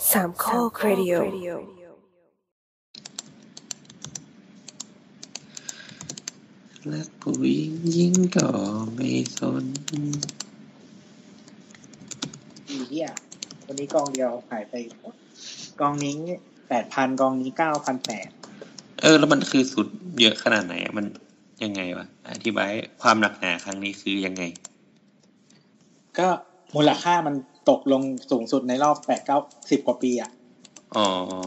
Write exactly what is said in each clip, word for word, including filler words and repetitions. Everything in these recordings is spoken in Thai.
สามข้อครดิโอรักผู้หญิงยิ่งก็ไม่สนอีเหี้ยวันนี้กองเดียวหายไปกองนี้ แปดพัน กองนี้ เก้าพันแปดร้อยเออแล้วมันคือสุดเยอะขนาดไหนมันยังไงวะอธิบายความหนักหนาครั้งนี้คือยังไงก็มูลค่ามันตกลงสูงสุดในรอบแปด เก้า สิบกว่าปีอ่ะอ๋อ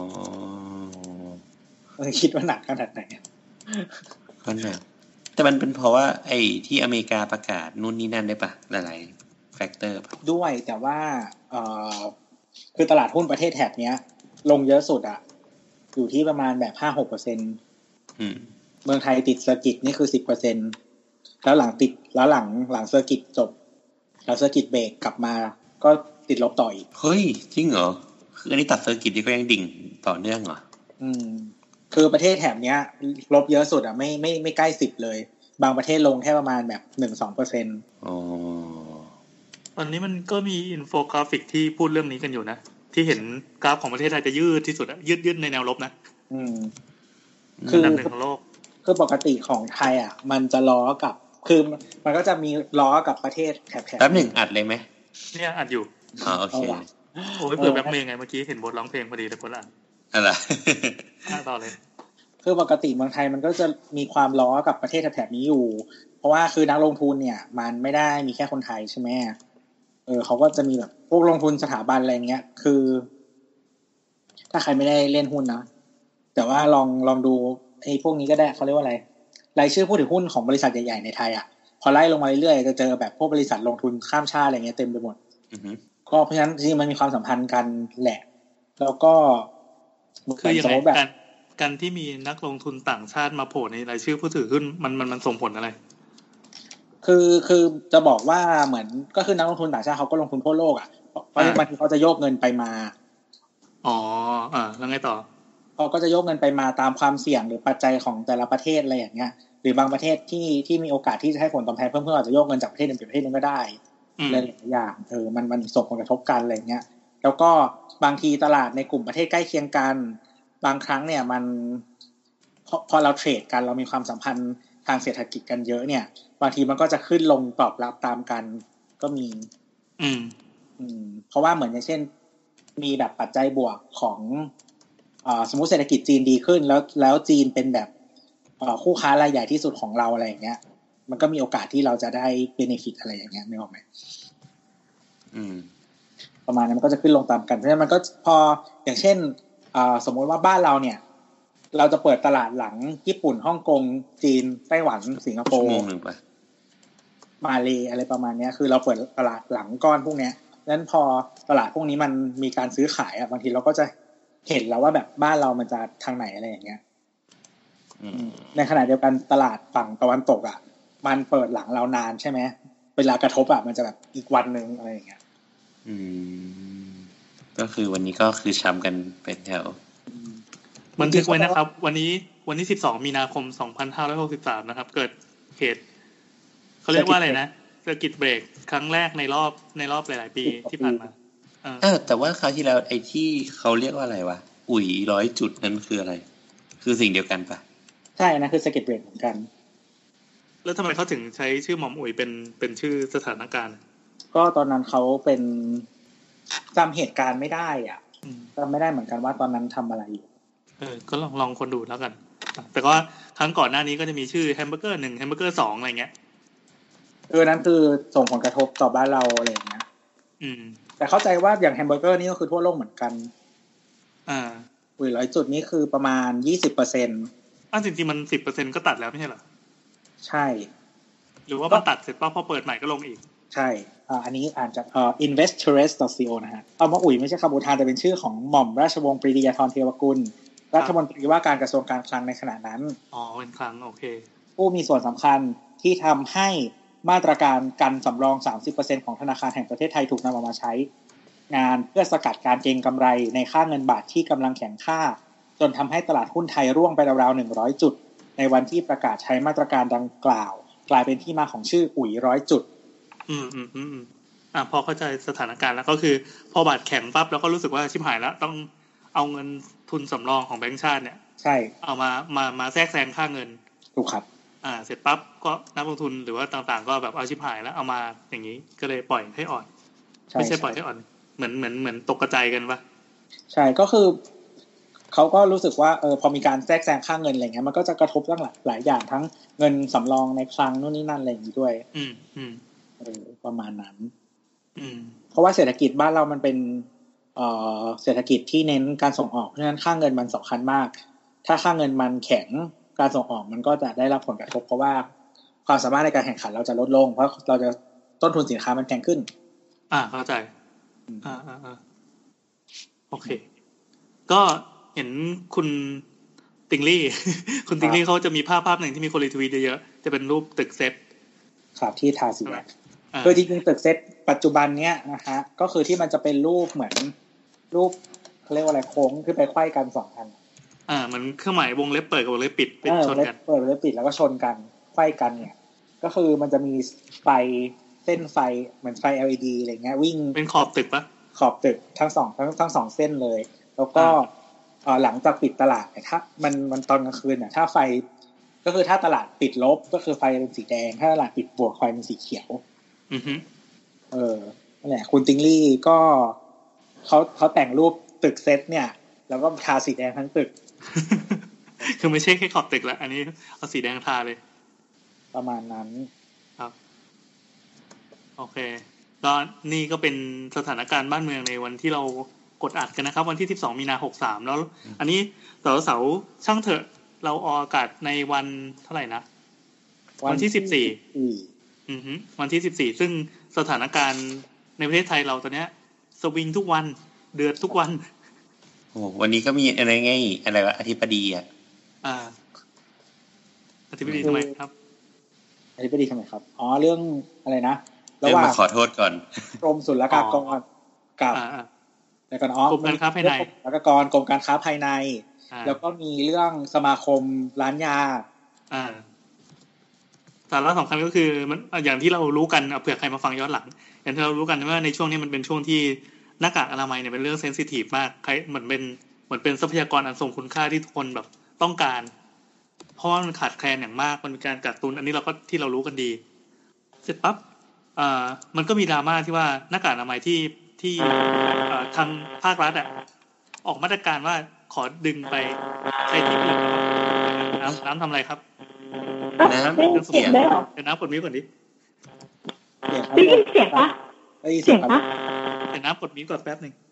เออคิดว่าหนักขนาดไหนก็หนักแต่มันเป็นเพราะว่าไอ้ที่อเมริกาประกาศนู่นนี่นั่นได้ปะหลายๆแฟกเตอร์ด้วยแต่ว่าเอ่อคือตลาดหุ้นประเทศแถบเนี้ยลงเยอะสุดอ่ะอยู่ที่ประมาณแบบ ห้าหกเปอร์เซ็นต์อืมเมืองไทยติดเซอร์กิตนี่คือ สิบเปอร์เซ็นต์ แล้วหลังติดแล้วหลังหลังเซอร์กิตจบแล้วเซอร์กิตเบรกกลับมาก็ติดลบต่ออีกเฮ้ยจริงเหรอคืออันนี้ตัดเซอร์กิตนี่ก็ยังดิ่งต่อเนื่องเหรออืมคือประเทศแถบเนี้ยลบเยอะสุดอ่ะไม่ไม่ไม่ใกล้สิบเลยบางประเทศลงแค่ประมาณแบบ หนึ่งถึงสองเปอร์เซ็นต์อ๋อตอนนี้มันก็มีอินโฟกราฟิกที่พูดเรื่องนี้กันอยู่นะที่เห็นกราฟของประเทศไทยจะยืดที่สุดอะยืดยืดในแนวลบนะอืมคืออันดับหนึ่งของโลกคือปกติของไทยอ่ะมันจะล้อกับคือมันก็จะมีล้อกับประเทศแถบๆแป๊บหนึ่งอัดเลยไหมเนี่ยอัดอยู่อ๋อโอเคโอ้ยเปิดแบบเมย์ไงเมื่อกี้เห็นบทร้องเพลงพอดีแต่คนละอะไรอ่ะต่อเลยคือปกติเมืองไทยมันก็จะมีความล้อกับประเทศแถบๆนี้อยู่เพราะว่าคือนักลงทุนเนี่ยมันไม่ได้มีแค่คนไทยใช่ไหมเออเขาก็จะมีแบบพวกลงทุนสถาบันอะไรเงี้ยคือถ้าใครไม่ได้เล่นหุ้นนะแต่ว่าลองลองดูไอ้พวกนี้ก็ได้เขาเรียกว่าอะไรรายชื่อผู้ถือหุ้นของบริษัทใหญ่ๆในไทยอ่ะพอไล่ลงมาเรื่อยๆจะเจอแบบพวกบริษัทลงทุนข้ามชาติอะไรเงี้ยเต็มไปหมดก็เพราะฉะนั้นจริงๆมันมีความสัมพันธ์กันแหละแล้วก็คือยังไงการการที่มีนักลงทุนต่างชาติมาโผล่ในรายชื่อผู้ถือหุ้นมันมันมันส่งผลอะไรคือคือจะบอกว่าเหมือนก็คือนักลงทุนต่างชาติเขาก็ลงทุนทั่วโลกอ่ะเพราะบางทีเขาจะโยกเงินไปมาอ๋ออ่าแล้วไงต่อเขาก็จะโยกเงินไปมาตามความเสี่ยงหรือปัจจัยของแต่ละประเทศอะไรอย่างเงี้ยหรือบางประเทศที่ที่มีโอกาสที่จะให้ผลตอบแทนเพิ่มเพิ่มอาจจะโยกเงินจากประเทศนึงไปประเทศนึงก็ได้หลายๆอย่างเออมันมันส่งผลกระทบกันอะไรเงี้ยแล้วก็บางทีตลาดในกลุ่มประเทศใกล้เคียงกันบางครั้งเนี่ยมันพอพอเราเทรดกันเรามีความสัมพันธ์ทางเศรษฐกิจกันเยอะเนี่ยบางทีมันก็จะขึ้นลงตอบรับตามกันก็มีอืมอืมเพราะว่าเหมือนอย่างเช่นมีแบบปัจจัยบวกของอ่าสมมุติเศรษฐกิจจีนดีขึ้นแล้วแล้วจีนเป็นแบบอ่าคู่ค้ารายใหญ่ที่สุดของเราอะไรอย่างเงี้ยมันก็มีโอกาสที่เราจะได้เบเนฟิตอะไรอย่างเงี้ยนึกออกไหมอืมประมาณนั้นมันก็จะขึ้นลงตามกันเพราะฉะนั้นมันก็พออย่างเช่นอ่าสมมติว่าบ้านเราเนี่ยเราจะเปิดตลาดหลังญี่ปุ่นฮ่องกงจีนไต้หวันสิงคโปร์มาเลอะไรประมาณนี้คือเราเปิดตลาดหลังก้อนพวกนี้นั้นพอตลาดพวกนี้มันมีการซื้อขายอ่ะบางทีเราก็จะเห็นแล้วว่าแบบบ้านเรามันจะทางไหนอะไรอย่างเงี้ยในขณะเดียวกันตลาดฝั่งตะวันตกอ่ะมันเปิดหลังเรานานใช่ไหมเวลากระทบอ่ะมันจะแบบอีกวันนึงอะไรอย่างเงี้ยอืมก็คือวันนี้ก็คือช้ำกันเป็นแถวบันทึกไว้นะครับวันนี้วันที่สิบสองมีนาคมสองพันห้าร้อยหกสิบสามนะครับเกิดเหตุเขาเรียกว่าอะไรนะเซอร์กิตเบรกครั้งแรกในรอบในรอบหลายๆปีที่ผ่านมาเออแต่ว่าคราวที่แล้วไอ้ที่เขาเรียกว่าอะไรวะอุ๋ยร้อยจุดนั้นคืออะไรคือสิ่งเดียวกันปะใช่นะคือเซอร์กิตเบรกเหมือนกันแล้วทำไมเขาถึงใช้ชื่อหม่อมอุ๋ยเป็นเป็นชื่อสถานการณ์ก็ตอนนั้นเขาเป็นจำเหตุการณ์ไม่ได้อ่ะจำไม่ได้เหมือนกันว่าตอนนั้นทำอะไรอยู่เออก็ลองลองคนดูแล้วกันแต่ก็ครั้งก่อนหน้านี้ก็จะมีชื่อแฮมเบอร์เกอร์หนึ่งแฮมเบอร์เกอร์สองอะไรเงี้ยเออนั้นคือส่งผลกระทบต่อบ้านเราอะไรอย่างเงี้ยอืมแต่เข้าใจว่าอย่างแฮมเบอร์เกอร์นี่ก็คือทั่วโลกเหมือนกันอ่าอุ้ยร้อยจุดนี่คือประมาณ ยี่สิบเปอร์เซ็นต์อ้าวจริงๆมัน สิบเปอร์เซ็นต์ ก็ตัดแล้วไม่ใช่เหรอใช่หรือว่ามันตัดเสร็จป่ะพอเปิดใหม่ก็ลงอีกใช่อ่าอันนี้อ่านจากเอ่อ investors ดอท ซี โอ นะฮะเอามาอุ๋ยไม่ใช่คำอุทานแต่เป็นชื่อของหม่อมราชวงศ์ปรีดียาธรเทวกุลรัฐมนตรีว่าการกระทรวงการคลังในขณะนั้นอ๋อเป็นคลังโอเคผู้มีส่วนสำคัญที่ทำให้มาตรการกันสำรอง สามสิบเปอร์เซ็นต์ ของธนาคารแห่งประเทศไทยถูกนำออกมาใช้งานเพื่อสกัดการเก็งกำไรในค่าเงินบาทที่กำลังแข็งค่าจนทำให้ตลาดหุ้นไทยร่วงไปราวๆหนึ่งร้อยจุดในวันที่ประกาศใช้มาตรการดังกล่าวกลายเป็นที่มาของชื่ออุ๋ยร้อยจุดอืมอืมอืมอ่าพอเข้าใจสถานการณ์แล้วก็คือพอบาทแข็งปั๊บแล้วก็รู้สึกว่าชิบหายแล้วต้องเอาเงินทุนสำรองของแบงก์ชาติเนี่ยใช่เอามามามาแทรกแซงค่าเงินถูกครับอ่าเสร็จปั๊บก็นักลงทุนหรือว่าต่างๆก็แบบเอาชิบหายแล้วเอามาอย่างนี้ก็เลยปล่อยให้อ่อนไม่ใช่ปล่อยให้อ่อนเหมือนเหมือนเหมือนตกกระจายกันปะใช่ก็คือเขาก็รู้สึกว่าเออพอมีการแทรกแซงค่าเงินอะไรเงี้ยมันก็จะกระทบตั้งหลายหลายอย่างทั้งเงินสำรองในคลังนู่นนี่นั่นอะไรอย่างนี้ด้วยอืมอืมเออประมาณนั้นอืมเพราะว่าเศรษฐกิจบ้านเรามันเป็นเอ่อเศรษฐกิจที่เน้นการส่งออกเพราะฉะนั้นค่าเงินมันสำคัญมากถ้าค่าเงินมันแข็งการส่งออกมันก็จะได้รับผลกระทบเพราะว่าความสามารถในการแข่งขันเราจะลดลงเพราะเราจะต้นทุนสินค้ามันแพงขึ้นอ่าเข้าใจอ่าอ่าอ่าโอเคก็เห็นคุณติงลี่ คุณติงลี่เขาจะมีภาพภาพหนึ่งที่มีคนรีทวีตเยอะๆจะเป็นรูปตึกเซตครับที่ทาสีแดงคือจริงๆตึกเซตปัจจุบันเนี้ยนะฮะก็คือที่มันจะเป็นรูปเหมือนรูปเขาเรียกว่าอะไรโค้งขึ้นไปไขว้กันสองอันอ่าเหมือนเครื่องหมายวงเล็บเปิดกับวงเล็บปิดไปชนกันเปิดวงเล็บปิดแล้วก็ชนกันไขว้กันเนี่ยก็คือมันจะมีไฟเส้นไฟเหมือนไฟ แอล อี ดี อะไรเงี้ยวิ่งเป็นขอบตึกปะขอบตึกทั้งสองทั้งทั้งสองเส้นเลยแล้วก็เอ่อหลังจากปิดตลาดถ้ามันมันตอนกลางคืนน่ะถ้าไฟก็คือถ้าตลาดปิดลบก็คือไฟเป็นสีแดงถ้าตลาดปิดบวกไฟเป็นสีเขียวอือฮึเออนั่นแหละคุณติงลี่ก็เขาเขาแต่งรูปตึกเซตเนี่ยแล้วก็ทาสีแดงทั้งตึกคือไม่ใช่แค่ขอบตึกละอันนี้เอาสีแดงทาเลยประมาณนั้นครับโอเคก็นี่ก็เป็นสถานการณ์บ้านเมืองในวันที่เรากดอัดกันนะครับวันที่สิบสองมีนาคมหกสิบสามแล้วอันนี้เสาร์เสาร์ช่างเถอะเราออกอากาศในวันเท่าไหร่นะวันที่สิบสี่อือฮึวันที่สิบสี่ซึ่งสถานการณ์ในประเทศไทยเราตอนเนี้ยสวิงทุกวันเดือดทุกวันโอ้วันนี้ก็มีอะไรไงอะไรวะอธิบดีอ่ะอ่าอธิบดีทำไมครับอธิบดีทำไมครับอ๋อเรื่องอะไรนะระหว่างขอโทษก่อนกรมศุลกากรกับแล้วก็อ๋อกรมการค้าภายในศุลกากรกรมการค้าภายในแล้วก็มีเรื่องสมาคมร้านยาอ่าสาระสำคัญก็คือมันอย่างที่เรารู้กันเผื่อใครมาฟังย้อนหลังอย่างที่เรารู้กันว่าในช่วงนี้มันเป็นช่วงที่หน้ากากอนามัยเนี่ยเป็นเรื่องเซนซิทีฟมากใครเหมือนเป็นเหมือนเป็นทรัพยากรอันทรงคุณค่าที่ทุกคนแบบต้องการเพราะว่ามันขาดแคลนอย่างมากมันมีการกักตุนอันนี้เราก็ที่เรารู้กันดีเสร็จปั๊บอ่ามันก็มีดราม่าที่ว่าหน้ากากอนามัยที่ที่ทางภาครัฐอ่ะออกมาตรการว่าขอดึงไปใช้ที่อื่นน้ำน้ำทำอะไรครับน้ำเสียงเดี๋ยวน้ำกดมิวก่อนดิได้ยินเสียงปะเสียงปะเดี๋ยวน้ำกดมิวก่อนแป๊บนึง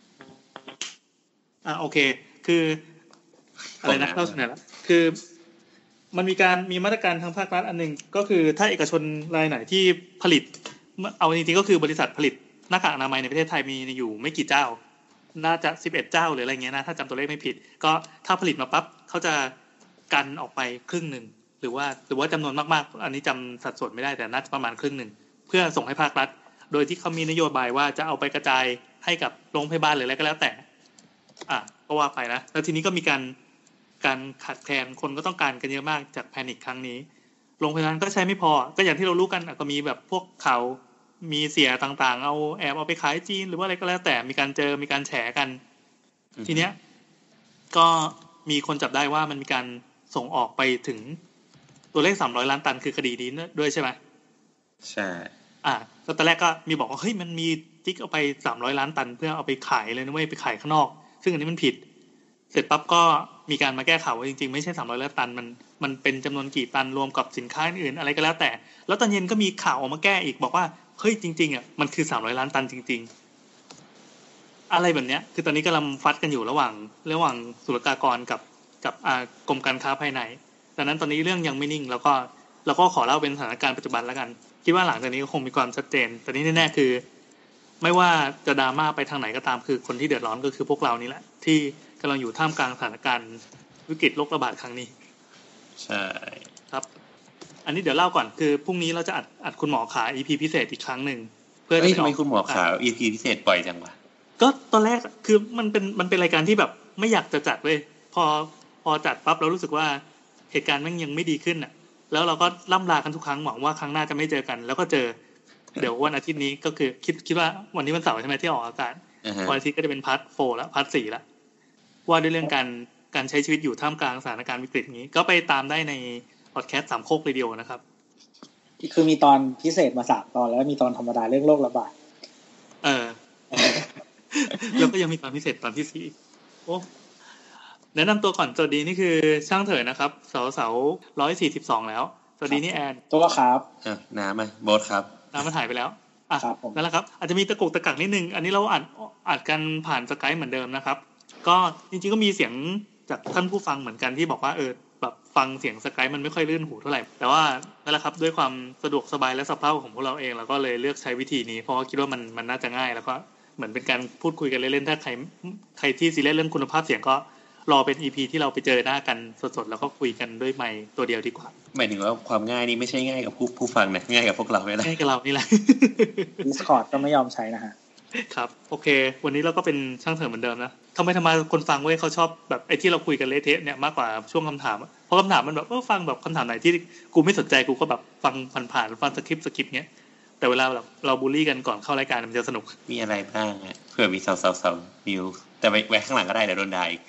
อ่าโอเคคืออะไรนะเข้าสู่ไหนละคือมันมีการมีมาตรการทางภาครัฐอันนึงก็คือถ้าเอกชนรายไหนที่ผลิตเอาจริงๆก็คือบริษัทผลิตหน้ากากอนามัยในประเทศไทยมีอยู่ไม่กี่เจ้าน่าจะสิบเอ็ดเจ้าหรืออะไรเงี้ยนะถ้าจำตัวเลขไม่ผิดก็ถ้าผลิตมาปั๊บเขาจะกันออกไปครึ่งนึงหรือว่าหรือว่าจำนวนมากๆอันนี้จำสัดส่วนไม่ได้แต่น่าจะประมาณครึ่งนึงเพื่อส่งให้ภาครัฐโดยที่เขามีนโยบายว่าจะเอาไปกระจายให้กับโรงพยาบาลหรืออะไรก็แล้วแต่อ่ะก็ว่าไปนะแล้วทีนี้ก็มีการการขาดแคลนคนก็ต้องการกันเยอะมากจากแพนิคครั้งนี้โรงพยาบาลก็ใช้ไม่พอก็อย่างที่เรารู้กันก็มีแบบพวกข่าวมีเสียต่างๆเอาแอบเอาไปขายจีนหรือว่าอะไรก็แล้วแต่มีการเจอมีการแฉกันทีเนี้ยก็มีคนจับได้ว่ามันมีการส่งออกไปถึงตัวเลขสามร้อยล้านตันคือคดีนี้ด้วยใช่ไหมใช่อ่าแล้วตอนแรกก็มีบอกว่าเฮ้ยมันมีจิ๊กเอาไปสามร้อยล้านตันเพื่อเอาไปขายเลยนะเว้ยไปขายข้างนอกซึ่งอันนี้มันผิดเสร็จปั๊บก็มีการมาแก้ข่าวว่าจริงๆไม่ใช่สามร้อยล้านตันมันมันเป็นจำนวนกี่ตันรวมกับสินค้าอื่นอะไรก็แล้วแต่แล้วตอนเย็นก็มีข่าวออกมาแก้อีกบอกว่าเฮ้ยจริงๆอ่ะมันคือสามร้อยล้านตันจริงๆอะไรแบบเนี้ยคือตอนนี้กำลังฟัดกันอยู่ระหว่างระหว่างศุลกากรกับกับอ่ากรมการค้าภายในดังนั้นตอนนี้เรื่องยังไม่นิ่งแล้วก็เราก็ขอเล่าเป็นสถานการณ์ปัจจุบันแล้วกันคิดว่าหลังจากนี้ก็คงมีความชัดเจนแต่นี้แน่ๆคือไม่ว่าจะดราม่าไปทางไหนก็ตามคือคนที่เดือดร้อนก็คือพวกเรานี่แหละที่กำลังอยู่ท่ามกลางสถานการณ์วิกฤตโรคระบาดครั้งนี้ใช่ครับอันนี้เดี๋ยวเล่าก่อนคือพรุ่งนี้เราจะอัดอัดคุณหมอขา อี พี พิเศษอีกครั้งหนึ่งเพื่อที่ทำไมคุณหมอขา อี พี พิเศษบ่อยจังวะก็ตอนแรกคือมันเป็นมันเป็นรายการที่แบบไม่อยากจะจัดเว้ยพอพอจัดปั๊บเรารู้สึกว่าเหตุการณ์มันยังไม่ดีขึ้นอ่ะแล้วเราก็ล่ำลากันทุกครั้งหวังว่าครั้งหน้าจะไม่เจอกันแล้วก็เจอเดี๋ยววันอาทิตย์นี้ก็คือคิดคิดว่าวันนี้วันเสาร์ใช่ไหมที่ออกอากาศ uh-huh. วันอาทิตย์ก็จะเป็นพาร์ทโฟร์แล้วพาร์ทสี่แล้วว่าด้วยเรื่องการการใช้ชีวิตอยู่ท่ามกลางสถานการณ์วิกฤตนี้ก็ไปตามได้ในพอดแคสต์สามโคกเรดิโอนะครับคือมีตอนพิเศษมาสามตอนแล้วมีตอนธรรมดาเรื่องโรคระบาดเออ แล้วก็ยังมีตอนพิเศษตอนที่สี่โอ้แนะนำตัวก่อนสวัสดีนี่คือช่างเถยนะครับเสาเสาร้อยสี่สิบสองแล้วสวัสดีนี่แอนตัวครับอ่ะน้ำไหมโบ๊ทครับน้ำมันหายไปแล้วอ่ะนั่นแหละครับอาจจะมีตะกุกตะกักนิดนึงอันนี้เราอัดอัดกันผ่านสกายเหมือนเดิมนะครับก็จริงๆก็มีเสียงจากท่านผู้ฟังเหมือนกันที่บอกว่าเออแบบฟังเสียงสกายมันไม่ค่อยลื่นหูเท่าไหร่แต่ว่านั่นแหละครับด้วยความสะดวกสบายและสะเพร่าของพวกเราเองเราก็เลยเลือกใช้วิธีนี้เพราะว่าคิดว่ามันมันน่าจะง่ายแล้วก็เหมือนเป็นการพูดคุยกันเล่นๆถ้าใครใครที่ซีเรียสเรื่องคุณภาพเสียงก็รอเป็น อี พี ที่เราไปเจอหน้ากันสดๆแล้วก็คุยกันด้วยไมค์ตัวเดียวดีกว่าหมายถึงว่าความง่ายนี่ไม่ใช่ง่ายกับผู้ผู้ฟังนะง่ายกับพวกเราเลยนะง่ายกับเรานี่แหละ Discord ก็ไม่ยอมใช้นะฮะครับโอเควันนี้เราก็เป็นช่างเถอะเหมือนเดิมนะทำไมทำไมคนฟังเว้ยเขาชอบแบบไอ้ที่เราคุยกันเละเทะเนี่ยมากกว่าช่วงคำถามเพราะคำถามมันแบบเออฟังแบบคำถามไหนที่กูไม่สนใจกูก็แบบฟังผ่านๆฟังสคริปต์สคริปต์เงี้ยแต่เวลาเราเราบูลลี่กันก่อนเข้ารายการมันจะสนุกมีอะไรบ้างอ่ะเผื่อมีสาวๆๆนิวแต่ไว้ข้างหลังก็ได้เดี๋ยวโดนด่าอีก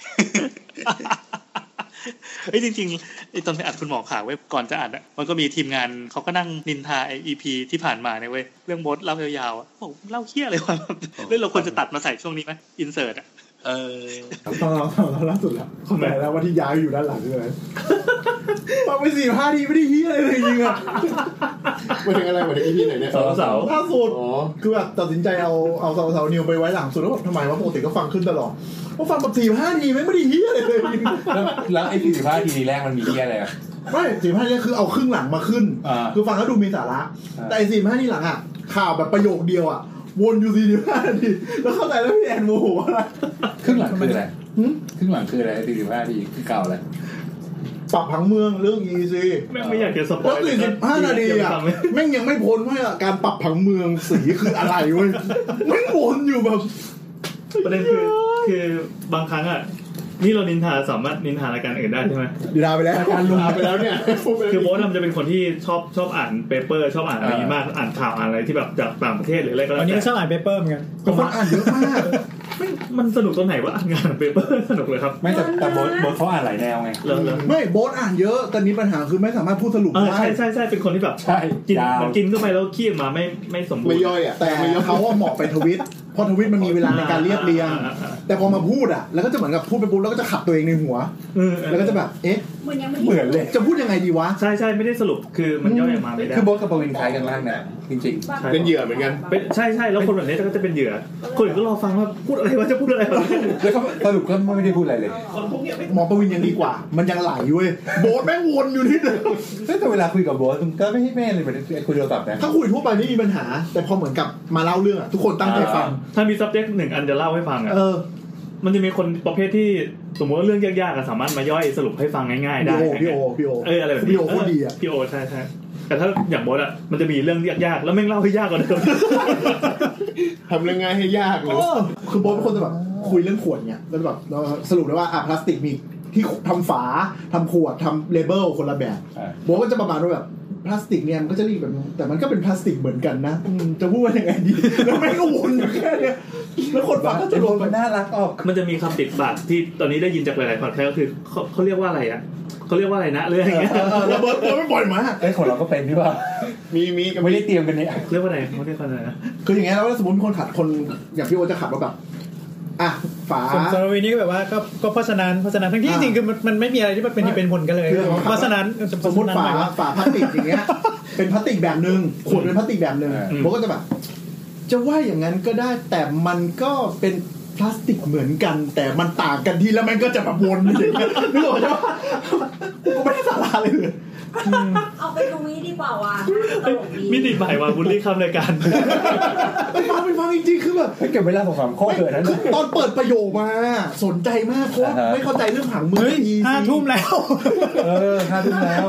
เฮ้ยจริงๆไอ้ตอนไปอัดคุณหมอข่าวไว้ก่อนจะอัดอ่ะมันก็มีทีมงานเขาก็นั่งนินทาไอ้ อี พี ที่ผ่านมาเนี่ยเว้ยเรื่องบทเล่ายาวๆอ่ะโอ้เล่าเหี้ยอะไรวะเรื่องเราควรจะตัดมาใส่ช่วงนี้มั้ยอินเสิร์ตอ่ะเออตอนเราตอนเราล่าสุดแล้วคนไหนแล้วว่าที่ย้ายอยู่ด้านหลังเลยฟังไปสี่ห้าทีไม่ได้เหี้ยอะไรเลยจริงอ่ะมาถึงอะไรมาถึง อี พี ไหนเนี่ยเสาๆล่าสุดคือแบบตัดสินใจเอาเอาเสาๆนิวไปไว้หลังสุดแล้วแบบทำไมวะปกติก็ฟังขึ้นตลอดพอฟังแบบสี่ห้าทีไม่ได้เหี้ยอะไรเลยแล้วไอ้สี่ห้าทีแรกมันมีเหี้ยอะไรอ่ะไม่สี่ห้าทีคือเอาครึ่งหลังมาขึ้นคือฟังแล้วดูมีสาระแต่ไอ้สี่ห้าทีหลังอ่ะข่าวแบบประโยคเดียวอ่ะวนอยู่สี่ห้านาทีแล้วเข้าใจแล้วพี่แอนโมโหอะไรครึ่งหลังคืออะไรครึ่งหลังคืออะไรสี่ห้านาทีคือเก่าอะไรปรับผังเมืองเรื่อง อี ซีแม่งไม่อยากจะสปอยล์สี่สิบห้านาทีอ่ะแม่งยังไม่พ้นว่าการปรับผังเมืองสีคืออะไรเว้ยแม่งวนอยู่แบบประเด็นคือคือบางครั้งอ่ะนี่เรานินทาสามารถนินทารายการอื่นได้ใช่ไหมนินทาไปแล้วการลงไปแล้วเนี่ยคือโบ๊ทมันจะเป็นคนที่ชอบชอบอ่านเปเปอร์ชอบอ่านอะไรมากอ่านข่าวอ่านอะไรที่แบบจากต่างประเทศหรืออะไรก็แล้วแต่วันนี้ชอบอ่านเปเปอร์เหมือนกันคนอ่านเยอะมากมันสนุกตรงไหนว่าอ่านงานเปเปอร์สนุกเลยครับไม่แต่แต่โบ๊ทโบ๊ทเขาอ่านหลายแนวไงไม่โบ๊ทอ่านเยอะแต่มีปัญหาคือไม่สามารถพูดสรุปได้ใช่ใช่ใช่เป็นคนที่แบบกินมันกินเข้าไปแล้วขี้ออกมาไม่ไม่สมบูรณ์ไม่ย่อยอ่ะแต่เขาว่าเหมาะไปทวิตเพราะทวิตมันมีเวลาในการเรียบเรียงแต่พอมาพูดอ่ะแล้วก็จะเหมือนกับพูดไปปุ๊บแล้วก็จะขับตัวเองในหัวแล้วก็จะแบบเอ๊ะเหมือนเลยจะพูดยังไงดีวะใช่ใช่ไม่ได้สรุปคือมันย่อยออกมาไม่ได้คือโบ๊ทกับปวินคล้ายกันมากนะจริงๆเป็นเหยื่อเหมือนกันใช่ใช่แล้วคนแบบนี้ก็จะเป็นเหยื่อคนอื่นก็รอฟังว่าพูดอะไรวะจะพูดอะไรแล้วก็สรุปก็ไม่ได้พูดอะไรเลยหมอปวินยังดีกว่ามันยังไหลเว้ยโบ๊ทแม่งวนอยู่นิดเดียวแต่เวลาคุยกับโบ๊ทก็ไม่ให้แม่เลยเหมือนคุยโทรศัพท์นะถ้าคุยทั่วไปไม่มีปัญหาแต่พอเหมือนกับมาเล่าเรื่องทุกคนตั้งใจฟังถ้ามี subject หนึ่งอันจะเล่าให้ฟังอ่ะมันจะมีคนประเภทที่สมมติว่าเรื่องยากๆสามารถมาย่อยสรุปให้ฟังง่ายๆได้พี่โอพี่โอเอออะไรแบบนี้พี่โอโคตรดีอ่ะพี่โอใช่ๆแต่ถ้าอย่างโบ๊ทอ่ะมันจะมีเรื่องยากๆแล้วแม่งเล่าให้ยากกว่าเดิมทำเรื่องง่ายให้ยากเลยคือโบ๊ทเป็นคนจะแบบคุยเรื่องขวดเนี่ยแล้วแบบเราสรุปได้ว่าอ่ะพลาสติกมีที่ทำฝาทำขวดทำเลเบลคนละแบบโบ๊ทก็จะประมาณว่าแบบพลาสติกเนี่ยมันก็จะรีบแบบแต่มันก็เป็นพลาสติกเหมือนกันนะจะพูดว่ายังไงดีแล้วไม่ก็วนอยู่แค่เนี้ยแล้วคนฟังก็จะรวมมันน่ารักออกมันจะมีคำติดปากที่ตอนนี้ได้ยินจากหลายๆพอดแคสต์ก็คือเขาเขาเรียกว่าอะไรอ่ะเขาเรียกว่าอะไรนะเรื่องอย่างเงี้ยแล้วเบิร์ดไม่ปล่อยมาไอ้ของเราก็เป็นพี่ว่ามีมีไม่ได้เตรียมกันเนี่ยเรียกว่าอะไรเขาเรียกว่าอะไรนะคืออย่างเงี้ยแล้วสมมติคนขับคนอย่างพี่โอจะขับรถแบบอ่ะฝาสำหรับวีนี้ก็แบบว่าก็ก็เพราะฉะนั้นเพราะฉะนั้นทั้งที่จริงๆคือมันมันไม่มีอะไรที่มันเป็นที่เป็นผลกันเลยเพราะฉะนั้นสมมติฝาฝาพลาสติกอย่างเงี้ยเป็นพลาสติกแบบนึงขวดเป็นพลาสติกแบบนึงโบก็จะแบบจะว่าอย่างนั้นก็ได้แต่มันก็เป็นพลาสติกเหมือนกันแต่มันต่างกันที่แล้วมันก็จะแบบวนอย่างเงี้ยนึกออกใช่ป่ะกูไม่ได้สาระเลยเอาไปตรงนี้ดีกว่าว่ะมิติใหม่ว่ะบุลลี่คำรายการไปฟังไปฟังจริงๆคือแบบเก็บเวลาสองสามข้อเลยนะตอนเปิดประโยคมาสนใจมากเพราะไม่เข้าใจเรื่องผังเมืองห้าทุ่มแล้วเออห้าทุ่มแล้ว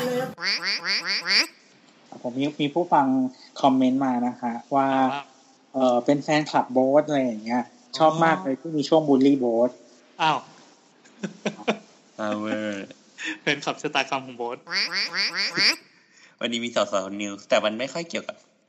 ผมมีมีผู้ฟังคอมเมนต์มานะคะว่าเออเป็นแฟนคลับโบ๊ทอะไรอย่างเงี้ยชอบมากเลยที่มีช่วงบูลลี่โบ๊ทอ้าวอ้าวเว้ยเป็นขับชะตากรรมของโบ๊ทวันนี้มีสาวๆนิวส์แต่มันไม่ค่อยเกี่ยวกับ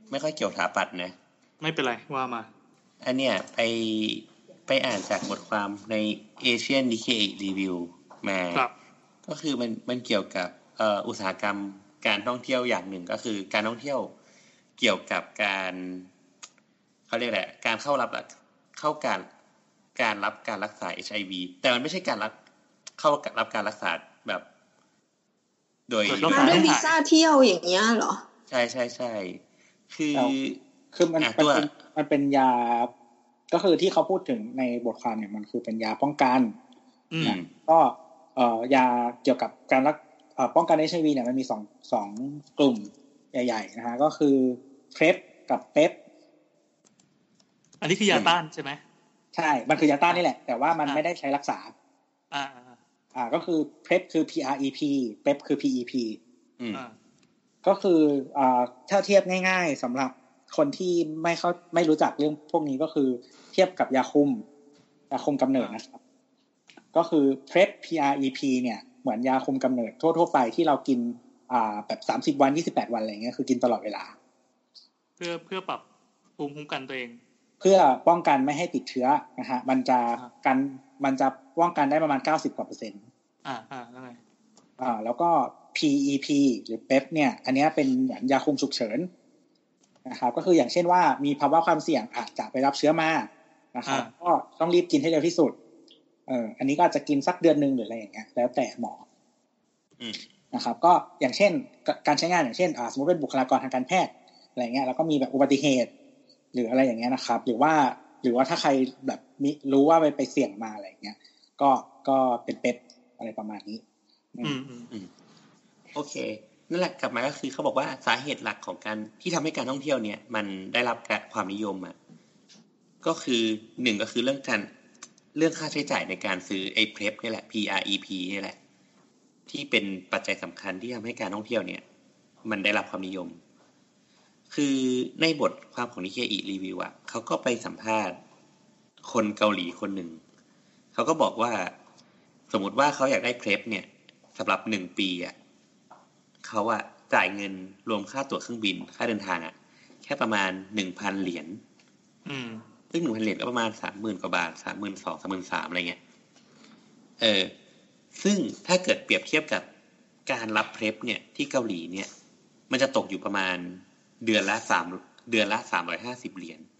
ไม่ค่อยเกี่ยวถาปัดนะไม่เป็นไรว่ามาอันเนี้ยไปไปอ่านจากบทความใน Asian Nikkei Review มาก็คือมันมันเกี่ยวกับเอ่ออุตสาหกรรมการท่องเที่ยวอย่างหนึ่งก็คือการท่องเที่ยวเกี่ยวกับการเขาเรียกแหละการเข้ารับเข้าการการรับการรักษา เอช ไอ วี แต่มันไม่ใช่การรับเข้ารับการรักษาแบบโดยมาด้วยวีซ่าเที่ยวอย่างเงี้ยเหรอใช่ใช่ใช่คือคือมันเป็นมันเป็นยาก็คือที่เขาพูดถึงในบทความเนี่ยมันคือเป็นยาป้องกันนะก็เอ่อยาเกี่ยวกับการรักเอ่อป้องกัน เอช ไอ วี เนี่ยมันมีสอง สองกลุ่มใหญ่ๆนะฮะก็คือ พี ร อี พี กับ พี อี พีอันนี้คือยาต้านใช่ไหมใช่มันคือยาต้านนี่แหละแต่ว่ามันไม่ได้ใช้รักษาอ่าอ่าก็คือ พี ร อี พี คือ พี อาร์ อี พี พี อี พี คือ พี อี พีอืมก็คืออ่าถ้าเทียบง่ายๆสำหรับคนที่ไม่เข้าไม่รู้จักเรื่องพวกนี้ก็คือเทียบกับยาคุมยาคุมกำเนิดนะครับก็คือ พี ร อี พี พี อาร์ อี พี เนี่ยเหมือนยาคุมกำเนิดทั่วๆไปที่เรากินอ่าแบบสามสิบวันยี่สิบแปดวันอะไรเงี้ยคือกินตลอดเวลาเพื่อเพื่อปรับภูมิคุ้มกันตัวเองเพื่อป้องกันไม่ให้ติดเชื้อนะฮะมันจะกันมันจะป้องกันได้ประมาณเก้าสิบกว่าเปอร์เซ็นต์อ่าอ่าแล้วไงอ่าแล้วก็ พี อี พี หรือ พี อี พี เนี่ยอันนี้เป็นเหมือนยาคุมฉุกเฉินนะครับก็คืออย่างเช่นว่ามีภาวะความเสี่ยงอาจจะไปรับเชื้อมานะครับก็ต้องรีบกินให้เร็วที่สุดเอออันนี้ก็อาจจะกินสักเดือนนึงหรืออะไรอย่างเงี้ยแล้วแต่หมอนะครับก็อย่างเช่นการใช้งานอย่างเช่นอ่าสมมุติเป็นบุคลากรทางการแพทย์อะไรเงี้ยแล้วก็มีแบบอุบัติเหตุหรืออะไรอย่างเงี้ยนะครับหรือว่าหรือว่าถ้าใครแบบมีรู้ว่าไปไปเสี่ยงมาอะไรอย่างเงี้ยก็ก็เป็นเป็ดอะไรประมาณนี้อืมอืมโอเคนั่นแหละกลับมาก็คือเขาบอกว่าสาเหตุหลักของการที่ทำให้การท่องเที่ยวเนี่ยมันได้รับความนิยมอ่ะก็คือหนึ่งก็คือเรื่องการเรื่องค่าใช้จ่ายในการซื้อไอ้ พี อี พี นี่แหละ พี อาร์ อี พี นี่แหละที่เป็นปัจจัยสำคัญที่ทำให้การท่องเที่ยวเนี่ยมันได้รับความนิยมคือในบทความของ Nikkei Review อ่ะเขาก็ไปสัมภาษณ์คนเกาหลีคนหนึ่งเขาก็บอกว่าสมมติว่าเขาอยากได้ พี อี พี เนี่ยสำหรับหนึ่งปีอ่ะเขาอะจ่ายเงินรวมค่าตั๋วเครื่องบินค่าเดินทางอะแค่ประมาณ หนึ่งพัน เหรียญอืมซึ่ง หนึ่งพัน เหรียญก็ประมาณ สามหมื่น กว่าบาท สามหมื่นสองพัน สามหมื่นสามพัน อะไรเงี้ยเออซึ่งถ้าเกิดเปรียบเทียบกับการรับเพลฟเนี่ยที่เกาหลีเนี่ยมันจะตกอยู่ประมาณเดือนละ3เดือนละสามร้อยห้าสิบเหรียญ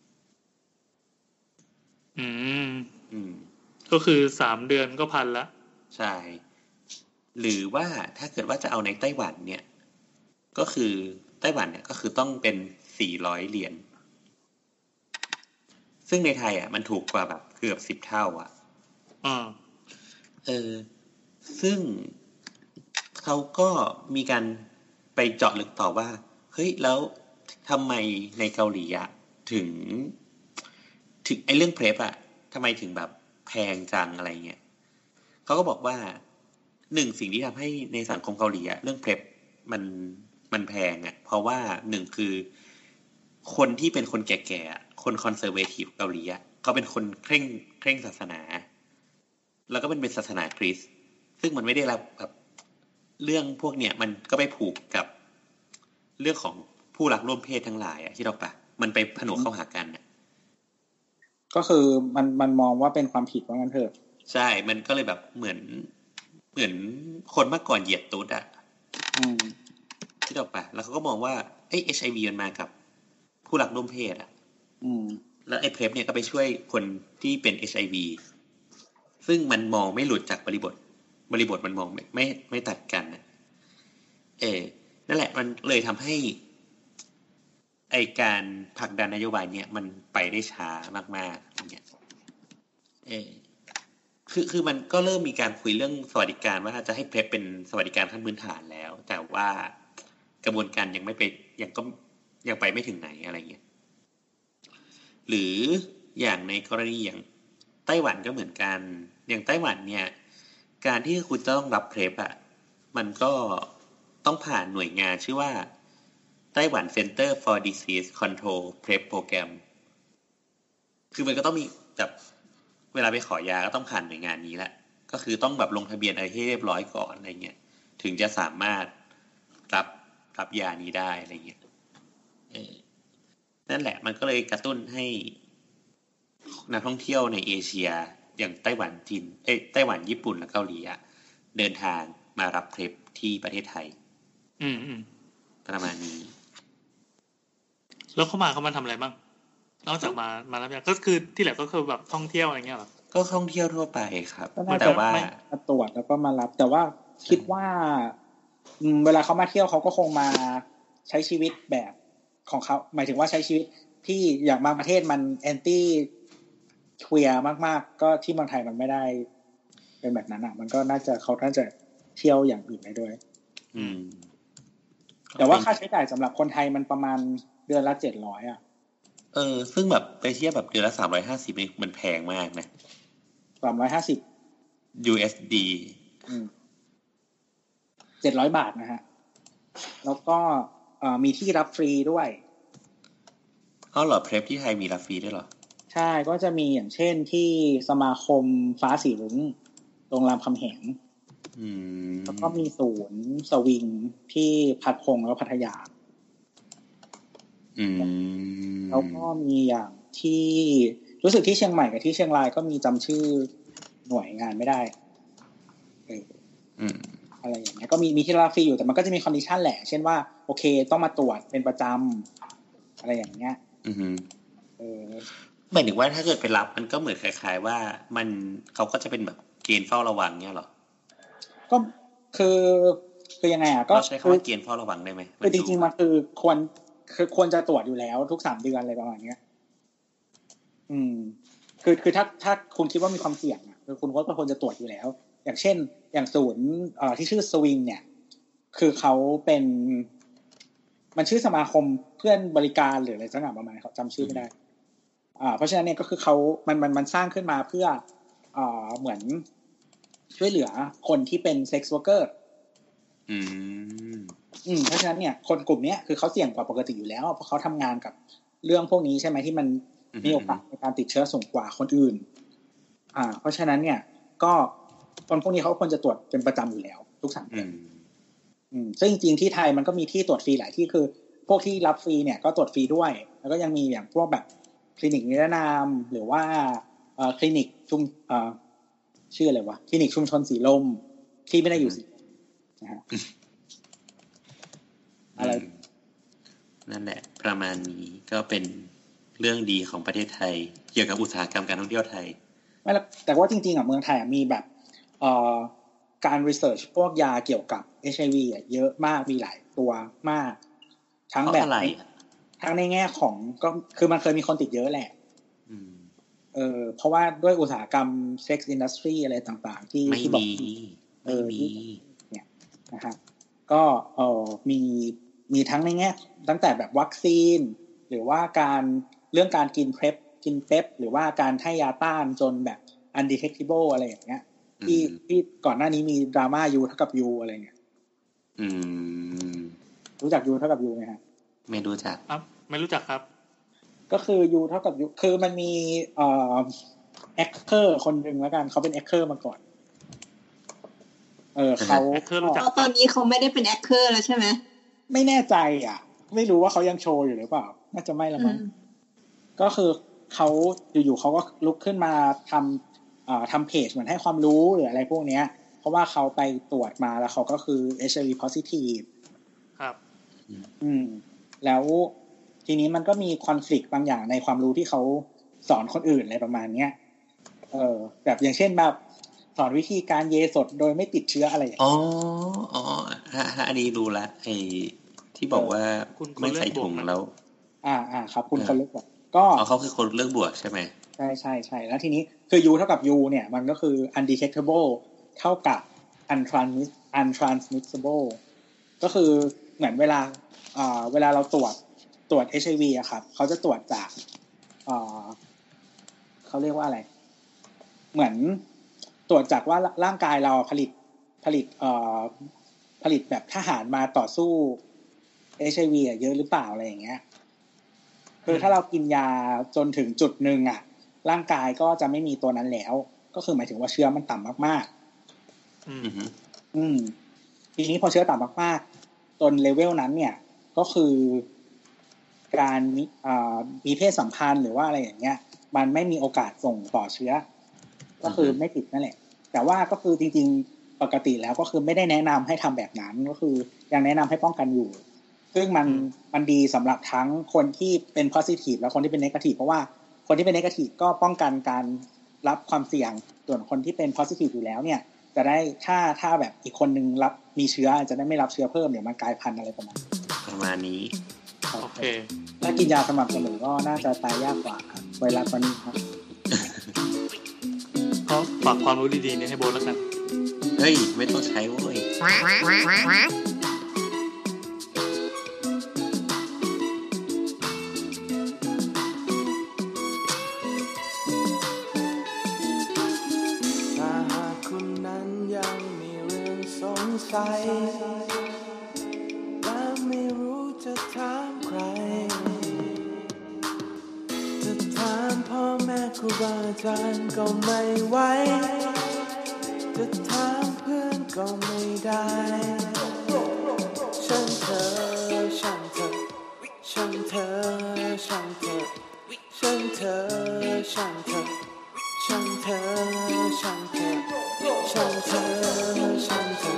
อืมอืมก็คือสามเดือนก็พันละใช่หรือว่าถ้าเกิดว่าจะเอาในไต้หวันเนี่ยก็คือไต้หวันเนี่ยก็คือต้องเป็นสี่ร้อยเหรียญซึ่งในไทยอ่ะมันถูกกว่าแบบเกือบสิบเท่าอ่ะอ่าเออซึ่งเขาก็มีการไปเจาะลึกต่อว่าเฮ้ยแล้วทำไมในเกาหลีอ่ะถึงถึงไอ้เรื่องเพลฟอ่ะทำไมถึงแบบแพงจังอะไรเงี้ยเขาก็บอกว่าหนึ่งสิ่งที่ทำให้ในสังคมเกาหลีอะเรื่องเพลฟมันมันแพงอะเพราะว่าหนึ่งคือคนที่เป็นคนแก่ๆคนคอนเซอร์เวทีฟเกาหลีอะเขาเป็นคนเคร่งเคร่งศาสนาแล้วก็เป็นเป็นศาสนาคริสต์ซึ่งมันไม่ได้รับแบบเรื่องพวกเนี้ยมันก็ไปผูกกับเรื่องของผู้รักร่วมเพศทั้งหลายอะที่เราปะมันไปผนวกเข้าหากันอะก็คือมันมันมองว่าเป็นความผิดว่างั้นเถอะใช่มันก็เลยแบบเหมือนเหมือนคนเมื่อก่อนเหยียดตุ๊ดอ่ะที่ออกไปแล้วเขาก็มองว่าไอ้ เอช ไอ วี มันมากับผู้รักร่วมเพศอ่ะแล้วไอ้เพลฟเนี่ยก็ไปช่วยคนที่เป็น เอช ไอ วี ซึ่งมันมองไม่หลุดจากบริบทบริบทมันมองไม่ไม่ไม่ตัดกันนะเออนั่นแหละมันเลยทำให้ไอ้การผลักดันนโยบายเนี่ยมันไปได้ช้ามากๆอย่างเงี้ยเออคือคือมันก็เริ่มมีการคุยเรื่องสวัสดิการว่าจะให้เพลฟเป็นสวัสดิการขั้นพื้นฐานแล้วแต่ว่ากระบวนการยังไม่ไปยังก็ยังไปไม่ถึงไหนอะไรเงี้ยหรืออย่างในกรณีอย่างไต้หวันก็เหมือนกันอย่างไต้หวันเนี่ยการที่คุณจะต้องรับเพลฟอ่ะมันก็ต้องผ่านหน่วยงานชื่อว่าไต้หวัน Center for Disease Control เพลฟ Program คือมันก็ต้องมีแบบเวลาไปขอยาก็ต้องผ่านหน่วยงานนี้แหละก็คือต้องแบบลงทะเบียนอะไรให้เรียบร้อยก่อนอะไรเงี้ยถึงจะสามารถรับรับยานี้ได้อะไรเงี้ยเออนั่นแหละมันก็เลยกระตุ้นให้นักท่องเที่ยวในเอเชียอย่างไต้หวันจีนเอ้ยไต้หวันญี่ปุ่นและเกาหลีอ่ะเดินทางมารับทริปที่ประเทศไทยอืมอืมประมาณนี้แล้วเขามาเขามาทำอะไรบ้างนอกจากมามารับยาก็คือที่เหลือก็คือแบบท่องเที่ยวอะไรเงี้ยหรอก็ท่องเที่ยวทั่วไปครับแต่ว่ามาตรวจแล้วก็มารับแต่ว่าคิดว่าเวลาเขามาเที่ยวเขาก็คงมาใช้ชีวิตแบบของเขาหมายถึงว่าใช้ชีวิตที่อย่างบางประเทศมันแอนตี้เคลียร์มากๆก็ที่เมืองไทยมันไม่ได้เป็นแบบนั้นอ่ะมันก็น่าจะเขาน่าจะเที่ยวอย่างอื่นได้ด้วยอืมแต่ว่าค่าใช้จ่ายสำหรับคนไทยมันประมาณเดือนละเจ็ดร้อยอ่ะเออซึ่งแบบไปเทียบแบบเดือนละสามร้อยห้าสิบนี่มันแพงมากนะสามร้อยห้าสิบยู เอส ดีอืมเจ็ดร้อยบาทนะฮะแล้วก็เอ่อมีที่รับฟรีด้วยอ๋อเหรอเพลฟที่ไทยมีรับฟรีด้วยเหรอใช่ก็จะมีอย่างเช่นที่สมาคมฟ้าสีรุ้งโรงรามคำแหงอืมแล้วก็มีศูนย์สวิงที่พัดพงแล้วพัทยาอืมแล้วก็มีอย่างที่รู้สึกที่เชียงใหม่กับที่เชียงรายก็มีจำชื่อหน่วยงานไม่ได้เอออืมอะไรอย่างเงี้ยก็มีมีที่รับฟรีอยู่แต่มันก็จะมีคอนดิชันแหละเช่นว่าโอเคต้องมาตรวจเป็นประจำอะไรอย่างเงี้ยอือฮึเออหมายถึงว่าถ้าเกิดไปรับมันก็เหมือนคล้ายๆว่ามันเขาก็จะเป็นแบบเกณฑ์เฝ้าระวังเงี้ยหรอก็คือคือยังไงอ่ะก็ใช้คำว่าเกณฑ์เฝ้าระวังได้ไหมคือจริงๆมันคือควรคือควรจะตรวจอยู่แล้วทุกสามเดือนอะไรประมาณนี้อืมคือคือถ้าถ้าคุณคิดว่ามีความเสี่ยงอ่ะคือคุณก็ควรจะตรวจอยู่แล้วอย่างเช่นอย่างศูนย์เอ่อที่ชื่อสวิงเนี่ยคือเขาเป็นมันชื่อสมาคมเพื่อนบริการหรืออะไรสักอย่างประมาณเขาจำชื่อไม่ได้อ่าเพราะฉะนั้นเนี่ยก็คือเขามันมันมันสร้างขึ้นมาเพื่ออ่าเหมือนช่วยเหลือคนที่เป็นเซ็กซ์วอร์เกอร์อืมอืมเพราะฉะนั้นเนี่ยคนกลุ่มนี้คือเขาเสี่ยงกว่าปกติอยู่แล้วเพราะเขาทำงานกับเรื่องพวกนี้ใช่ไหมที่มันมีโอกาสในการติดเชื้อสูงกว่าคนอื่นอ่าเพราะฉะนั้นเนี่ยก็คนพวกนี้เขาควรจะตรวจเป็นประจำอยู่แล้วทุกสามเดือนอืมซึ่งจริงๆที่ไทยมันก็มีที่ตรวจฟรีหลายที่คือพวกที่รับฟรีเนี่ยก็ตรวจฟรีด้วยแล้วก็ยังมีอย่างพวกแบบคลินิกนิรนามหรือว่าเอ่อคลินิกชุมเอ่อชื่ออะไรวะคลินิกชุมชนสีลมที่ไม่ได้อยู่สีนะฮะอะไรนั่นแหละประมาณนี้ก็เป็นเรื่องดีของประเทศไทยเกี่ยวกับอุตสาหกรรมการท่องเที่ยวไทยไม่แล้วแต่ว่าจริงๆอ่ะเมืองไทยมีแบบเอ่อการรีเสิร์ชพวกยาเกี่ยวกับ เอช ไอ วี อ่ะเยอะมากมีหลายตัวมากทั้งแบบทั้งในแง่ของก็คือมันเคยมีคนติดเยอะแหละเออเพราะว่าด้วยอุตสาหกรรมเซ็กซ์อินดัสทรีอะไรต่างๆที่ที่บอกเออเนี่ยนะฮะก็เออมีมีทั้งในแง่ตั้งแต่แบบวัคซีนหรือว่าการเรื่องการกินเพล็ปกินเป๊ปหรือว่าการให้ยาต้านจนแบบ undetectable อะไรอย่างเงี้ยที่ที่ก่อนหน้านี้มีดราม่า U เท่ากับ U อะไรเงี้ยอืมรู้จัก U เท่ากับ U ไหมฮะไม่รู้จักครับไม่รู้จักครับก็คือ U เท่ากับ U คือมันมีเอ่อแอคเ r อร์คนนึงแล้วกันเขาเป็นแอคเ r อร์มาก่อนเออเขาตอนนี้เขาไม่ได้เป็นแอคเ r อร์แล้วใช่ไหมไม่แน่ใจอ่ะไม่รู้ว่าเขายังโชว์อยู่หรือเปล่าน่าจะไม่ละมั้งก็คือเขาอยู่ๆเขาก็ลุกขึ้นมาทำอ่าทำเพจเหมือนให้ความรู้หรืออะไรพวกเนี้ยเพราะว่าเขาไปตรวจมาแล้วเขาก็คือ เอช ไอ วี positive ครับอืมแล้วทีนี้มันก็มีคอนฟลิกต์บางอย่างในความรู้ที่เขาสอนคนอื่นอะไรประมาณเนี้ยเออแบบอย่างเช่นแบบสอนวิธีการเยสดโดยไม่ติดเชื้ออะไรอย่างเงี้ยอ๋ออ๋อฮะอันนี้รู้ละไอ้ที่บอกว่าไม่ใส่ถุงแล้วอ่าอ่าครับคุณคนเลือกบวกก็อ๋อเขาคือคนเลือกบวกใช่ไหมใช่ใช่ใช่แล้วทีนี้คือ U เท่ากับ U เนี่ยมันก็คือ undetectable เท่ากับ untransmiss untransmissible ก็คือเหมือนเวลาอ่าเวลาเราตรวจตรวจ เอช ไอ วี อะครับเขาจะตรวจจากอ่าเขาเรียกว่าอะไรเหมือนตรวจจากว่าร่างกายเราผลิตผลิตเอ่อผลิตแบบทหารมาต่อสู้ เอช ไอ วี อ่ะเยอะหรือเปล่าอะไรอย่างเงี้ยคือถ้าเรากินยาจนถึงจุดนึงอ่ะร่างกายก็จะไม่มีตัวนั้นแล้วก็คือหมายถึงว่าเชื้อมันต่ำมากๆอืมอืมทีนี้พอเชื้อต่ำมากๆจนเลเวลนั้นเนี่ยก็คือการมีเพศสัมพันธ์หรือว่าอะไรอย่างเงี้ยมันไม่มีโอกาสส่งต่อเชื้อก็คือไม่ติดนั่นแหละแต่ว่าก็คือจริงๆปกติแล้วก็คือไม่ได้แนะนำให้ทำแบบนั้นก็คือยังแนะนำให้ป้องกันอยู่ซึ่งมันมันดีสำหรับทั้งคนที่เป็น positive และคนที่เป็น negative เพราะว่าคนที่เป็น negative ก็ป้องกันการรับความเสี่ยงส่วนคนที่เป็น positive อยู่แล้วเนี่ยจะได้ถ้าถ้าแบบอีกคนนึงรับมีเชื้อจะได้ไม่รับเชื้อเพิ่มเดี๋ยวมันกลายพันธุ์อะไรประมาณประมาณนี้โอเคถ้ากินยาสม่ำเสมอก็น่าจะตายยากกว่าไวรัสตัวนี้ครับก็ฝากความรู้ดีๆนี้ให้โบทแล้วกันเฮ้ยไม่ต้องใช้เว้ยถ้าหากคุณนั้นยังมีเรื่องสงสัยและไม่รู้จะถามใครจะถามพ่อแม่ครูบาอาจารย์ก็ไม่ไหวจะถามเพื่อนก็ไม่ได้ช่างเธอช่างเธอช่างเธอช่างเธอช่างเธอช่างเธอช่างเธอช่างเธอช่างเธอช่างเธอ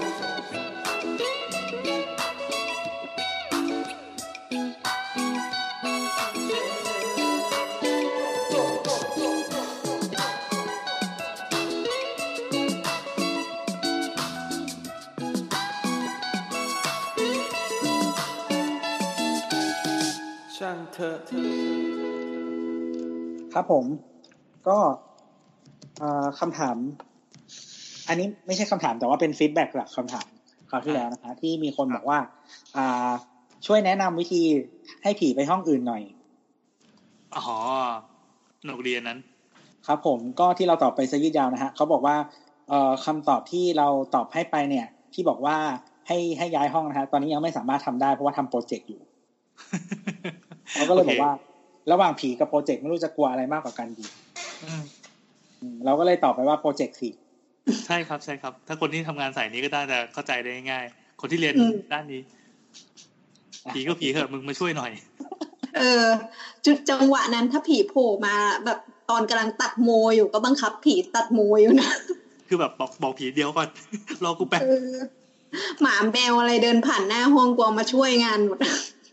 ครับผมก็คำถามอันนี้ไม่ใช่คำถามแต่ว่าเป็นฟีดแบ็กจากคำถามคราวที่แล้วนะคะที่มีคนบอกว่าช่วยแนะนำวิธีให้ผีไปห้องอื่นหน่อยอ๋อหนุกเรียนนั้นครับผมก็ที่เราตอบไปซะยืดยาวนะฮะเขาบอกว่าคำตอบที่เราตอบให้ไปเนี่ยที่บอกว่าให้ให้ย้ายห้องนะฮะตอนนี้ยังไม่สามารถทำได้เพราะว่าทำโปรเจกต์อยู่เขาก็เลยบอกว่าระหว่างผีกับโปรเจกต์ไม่รู้จะกลัวอะไรมากกว่ากันดีเราก็เลยตอบไปว่าโปรเจกต์สิใช่ครับใช่ครับถ้าคนที่ทำงานสายนี้ก็ได้แต่เข้าใจได้ง่ายคนที่เรียนด้านนี้ผีก็ผีเถอะมึงมาช่วยหน่อยเออจุดจังหวะนั้นถ้าผีโผล่มาแบบตอนกำลังตัดโมอยู่ก็บังคับผีตัดโมอยู่นะคือแบบบอกบอกผีเดียวก่อนรอกูแป๊บหมาแมวอะไรเดินผ่านหน้าห้องกลัวมาช่วยงานหมด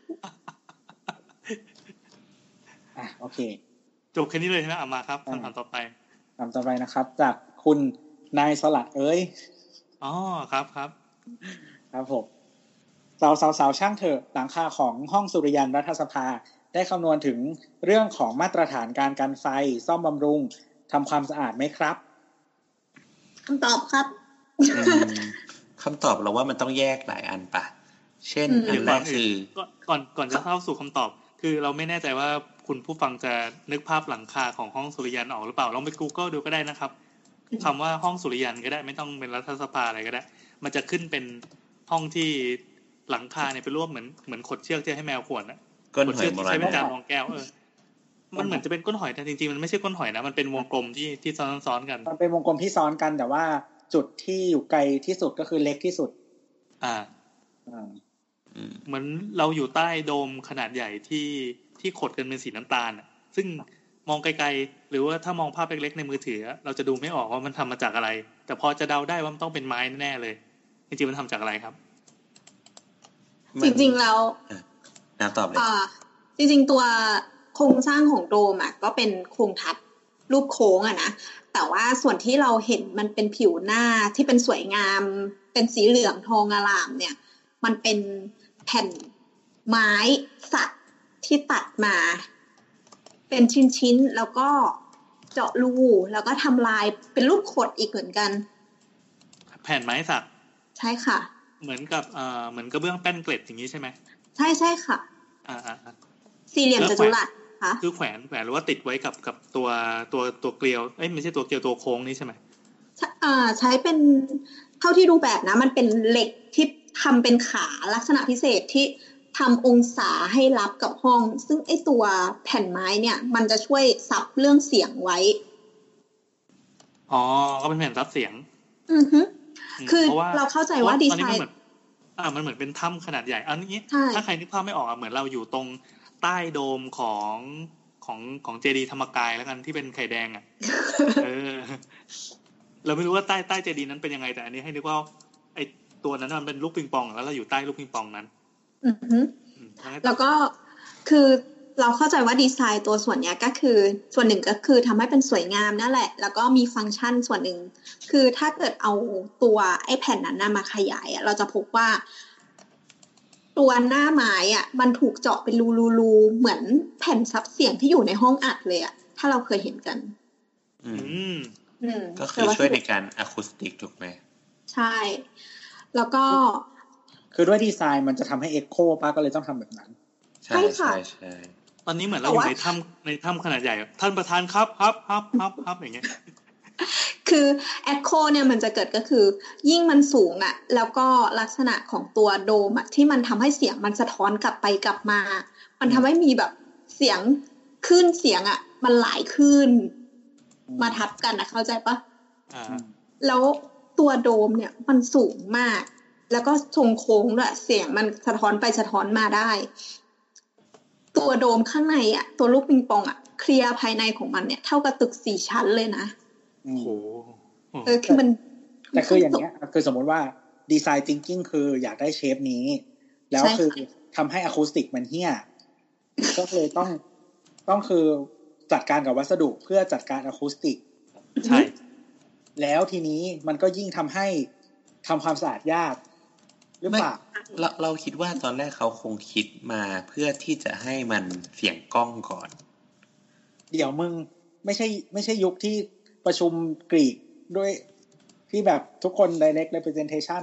อ่ะโอเคจบแค่นี้เลยใช่ไหมเอามาครับคำถามต่อไปคำถามต่อไปนะครับจากคุณนายสลัดเอ้ยอ๋อครับครับครับผมสาวสาวสาวช่างเถอะหลังคาของห้องสุริยันรัฐสภาได้คำนวณถึงเรื่องของมาตรฐานการกันไฟซ่อมบำรุงทำความสะอาดไหมครับคำตอบครับคำตอบเราว่ามันต้องแยกหลายอันปะเช่นอันแรกคือก่อนก่อนจะเข้าสู่คำตอบคือเราไม่แน่ใจว่าคุณผู้ฟังจะนึกภาพหลังคาของห้องสุริยันออกหรือเปล่าลองไป Google ดูก็ได้นะครับคำว่าห้องสุริยันก็ได้ไม่ต้องเป็นรัฐสภาอะไรก็ได้มันจะขึ้นเป็นห้องที่หลังคาเนี่ยเป็นรูปเหมือนเหมือนขดเชือกที่ให้แมวข่วนนะก้นหอยโบราณใช้เป็นจานรองแก้วเออมันเหมือนจะเป็นก้นหอยแต่จริงๆมันไม่ใช่ก้นหอยนะมันเป็นวงกลมที่ที่ซ้อนๆกันมันเป็นวงกลมที่ซ้อนกันแต่ว่าจุดที่อยู่ไกลที่สุดก็คือเล็กที่สุดอ่าอ่าเหมือนเราอยู่ใต้โดมขนาดใหญ่ที่ที่ขดกันเป็นสีน้ำตาลอ่ะซึ่งมองไกลๆหรือว่าถ้ามองภาพเล็กๆในมือถือเราจะดูไม่ออกว่ามันทำมาจากอะไรแต่พอจะเดาได้ว่ามันต้องเป็นไม้แน่เลยจริงๆมันทำจากอะไรครับจริงๆแล้วน่าตอบเลยอ่าจริงๆตัวโครงสร้างของโดมอ่ะก็เป็นโครงทัดรูปโค้งอ่ะนะแต่ว่าส่วนที่เราเห็นมันเป็นผิวหน้าที่เป็นสวยงามเป็นสีเหลืองทองอลามเนี่ยมันเป็นแผ่นไม้สักที่ตัดมาเป็นชิ้นๆแล้วก็เจาะรูแล้วก็ทำลายเป็นรูปขดอีกเหมือนกันแผ่นไม้สักใช่ค่ะเหมือนกับเอ่อเหมือนกระเบื้องแป้นเกล็ดอย่างนี้ใช่ไหมใช่ใช่ค่ะอ่าๆสี่เหลี่ยมจัตุรัสค่ะคือแขวนแขวนหรือว่าติดไว้กับกับตัวตัวตัวเกลียวเอ้ยไม่ใช่ตัวเกลียวตัวโค้งนี่ใช่ไหมอ่าใช้เป็นเท่าที่ดูแบบนะมันเป็นเหล็กที่ทำเป็นขาลักษณะพิเศษที่ทำองศาให้รับกับห้องซึ่งไอตัวแผ่นไม้เนี่ยมันจะช่วยซับเรื่องเสียงไว้อ๋อก็เป็นแผ่นซับเสียงอือฮึคือเราเข้าใจว่าดีไซน์อ่ามันเหมือนเป็นถ้ำขนาดใหญ่อันนี้ถ้าใครนึกภาพไม่ออกเหมือนเราอยู่ตรงใต้โดมของของของเจดีย์ธรรมกายแล้วกันที่เป็นไข่แดงอ่ะ เออเราไม่รู้ว่าใต้ใต้เจดีย์นั้นเป็นยังไงแต่อันนี้ให้นึกว่าไอตัวนั้นมันเป็นลูกปิงปองแล้วเราอยู่ใต้ลูกปิงปองนั้นอือฮึแล้วก็คือเราเข้าใจว่าดีไซน์ตัวส่วนนี้ก็คือส่วนหนึ่งก็คือทำให้เป็นสวยงามนั่นแหละแล้วก็มีฟังก์ชันส่วนหนึ่งคือถ้าเกิดเอาตัวไอ้แผ่นนั้นมาขยายเราจะพบว่าตัวหน้าไม้อ่ะมันถูกเจาะเป็นรูๆๆเหมือนแผ่นซับเสียงที่อยู่ในห้องอัดเลยอ่ะถ้าเราเคยเห็นกันอืมก็คือช่วยในการอะคูสติกถูกไหมใช่แล้วก็คือด้วยดีไซน์มันจะทำให้เอ็กโคป่ะก็เลยต้องทำแบบนั้นใช่ค่ะใช่ตอนนี้เหมือนเราอยู่ในถ้ำในถ้ำขนาดใหญ่ท่านประธานครับครับครับครับครับอย่างเงี้ยคือเอ็กโคเนี่ยมันจะเกิดก็คือยิ่งมันสูงอ่ะแล้วก็ลักษณะของตัวโดมอ่ะที่มันทำให้เสียงมันสะท้อนกลับไปกลับมามันทำให้มีแบบเสียงคลื่นเสียงอ่ะมันหลายคลื่นมาทับกันนะเข้าใจปะอ่าแล้วตัวโดมเนี่ยมันสูงมากแล้วก็ทรงโค้งด้วยเสียงมันสะท้อนไปสะท้อนมาได้ตัวโดมข้างในอ่ะตัวลูกปิงปองอ่ะเคลียร์ภายในของมันเนี่ยเท่ากับตึกสี่ชั้นเลยนะโอ้โหเออคือมันแต่คืออย่างเงี้ยคือสมมติว่าดีไซน์ทิงกิ้งคืออยากได้เชฟนี้แล้วคือทำให้อะคูสติกมันเหี้ยก็เลยต้องต้องคือจัดการกับวัสดุเพื่อจัดการอะคูสติกใช่แล้วทีนี้มันก็ยิ่งทำให้ทำความสะอาดยากหรือเปล่าเราเราคิดว่าตอนแรกเขาคงคิดมาเพื่อที่จะให้มันเสียงกล้องก่อนเดี๋ยวมึงไม่ใช่ไม่ใช่ยุคที่ประชุมกรีกด้วยที่แบบทุกคน direct representation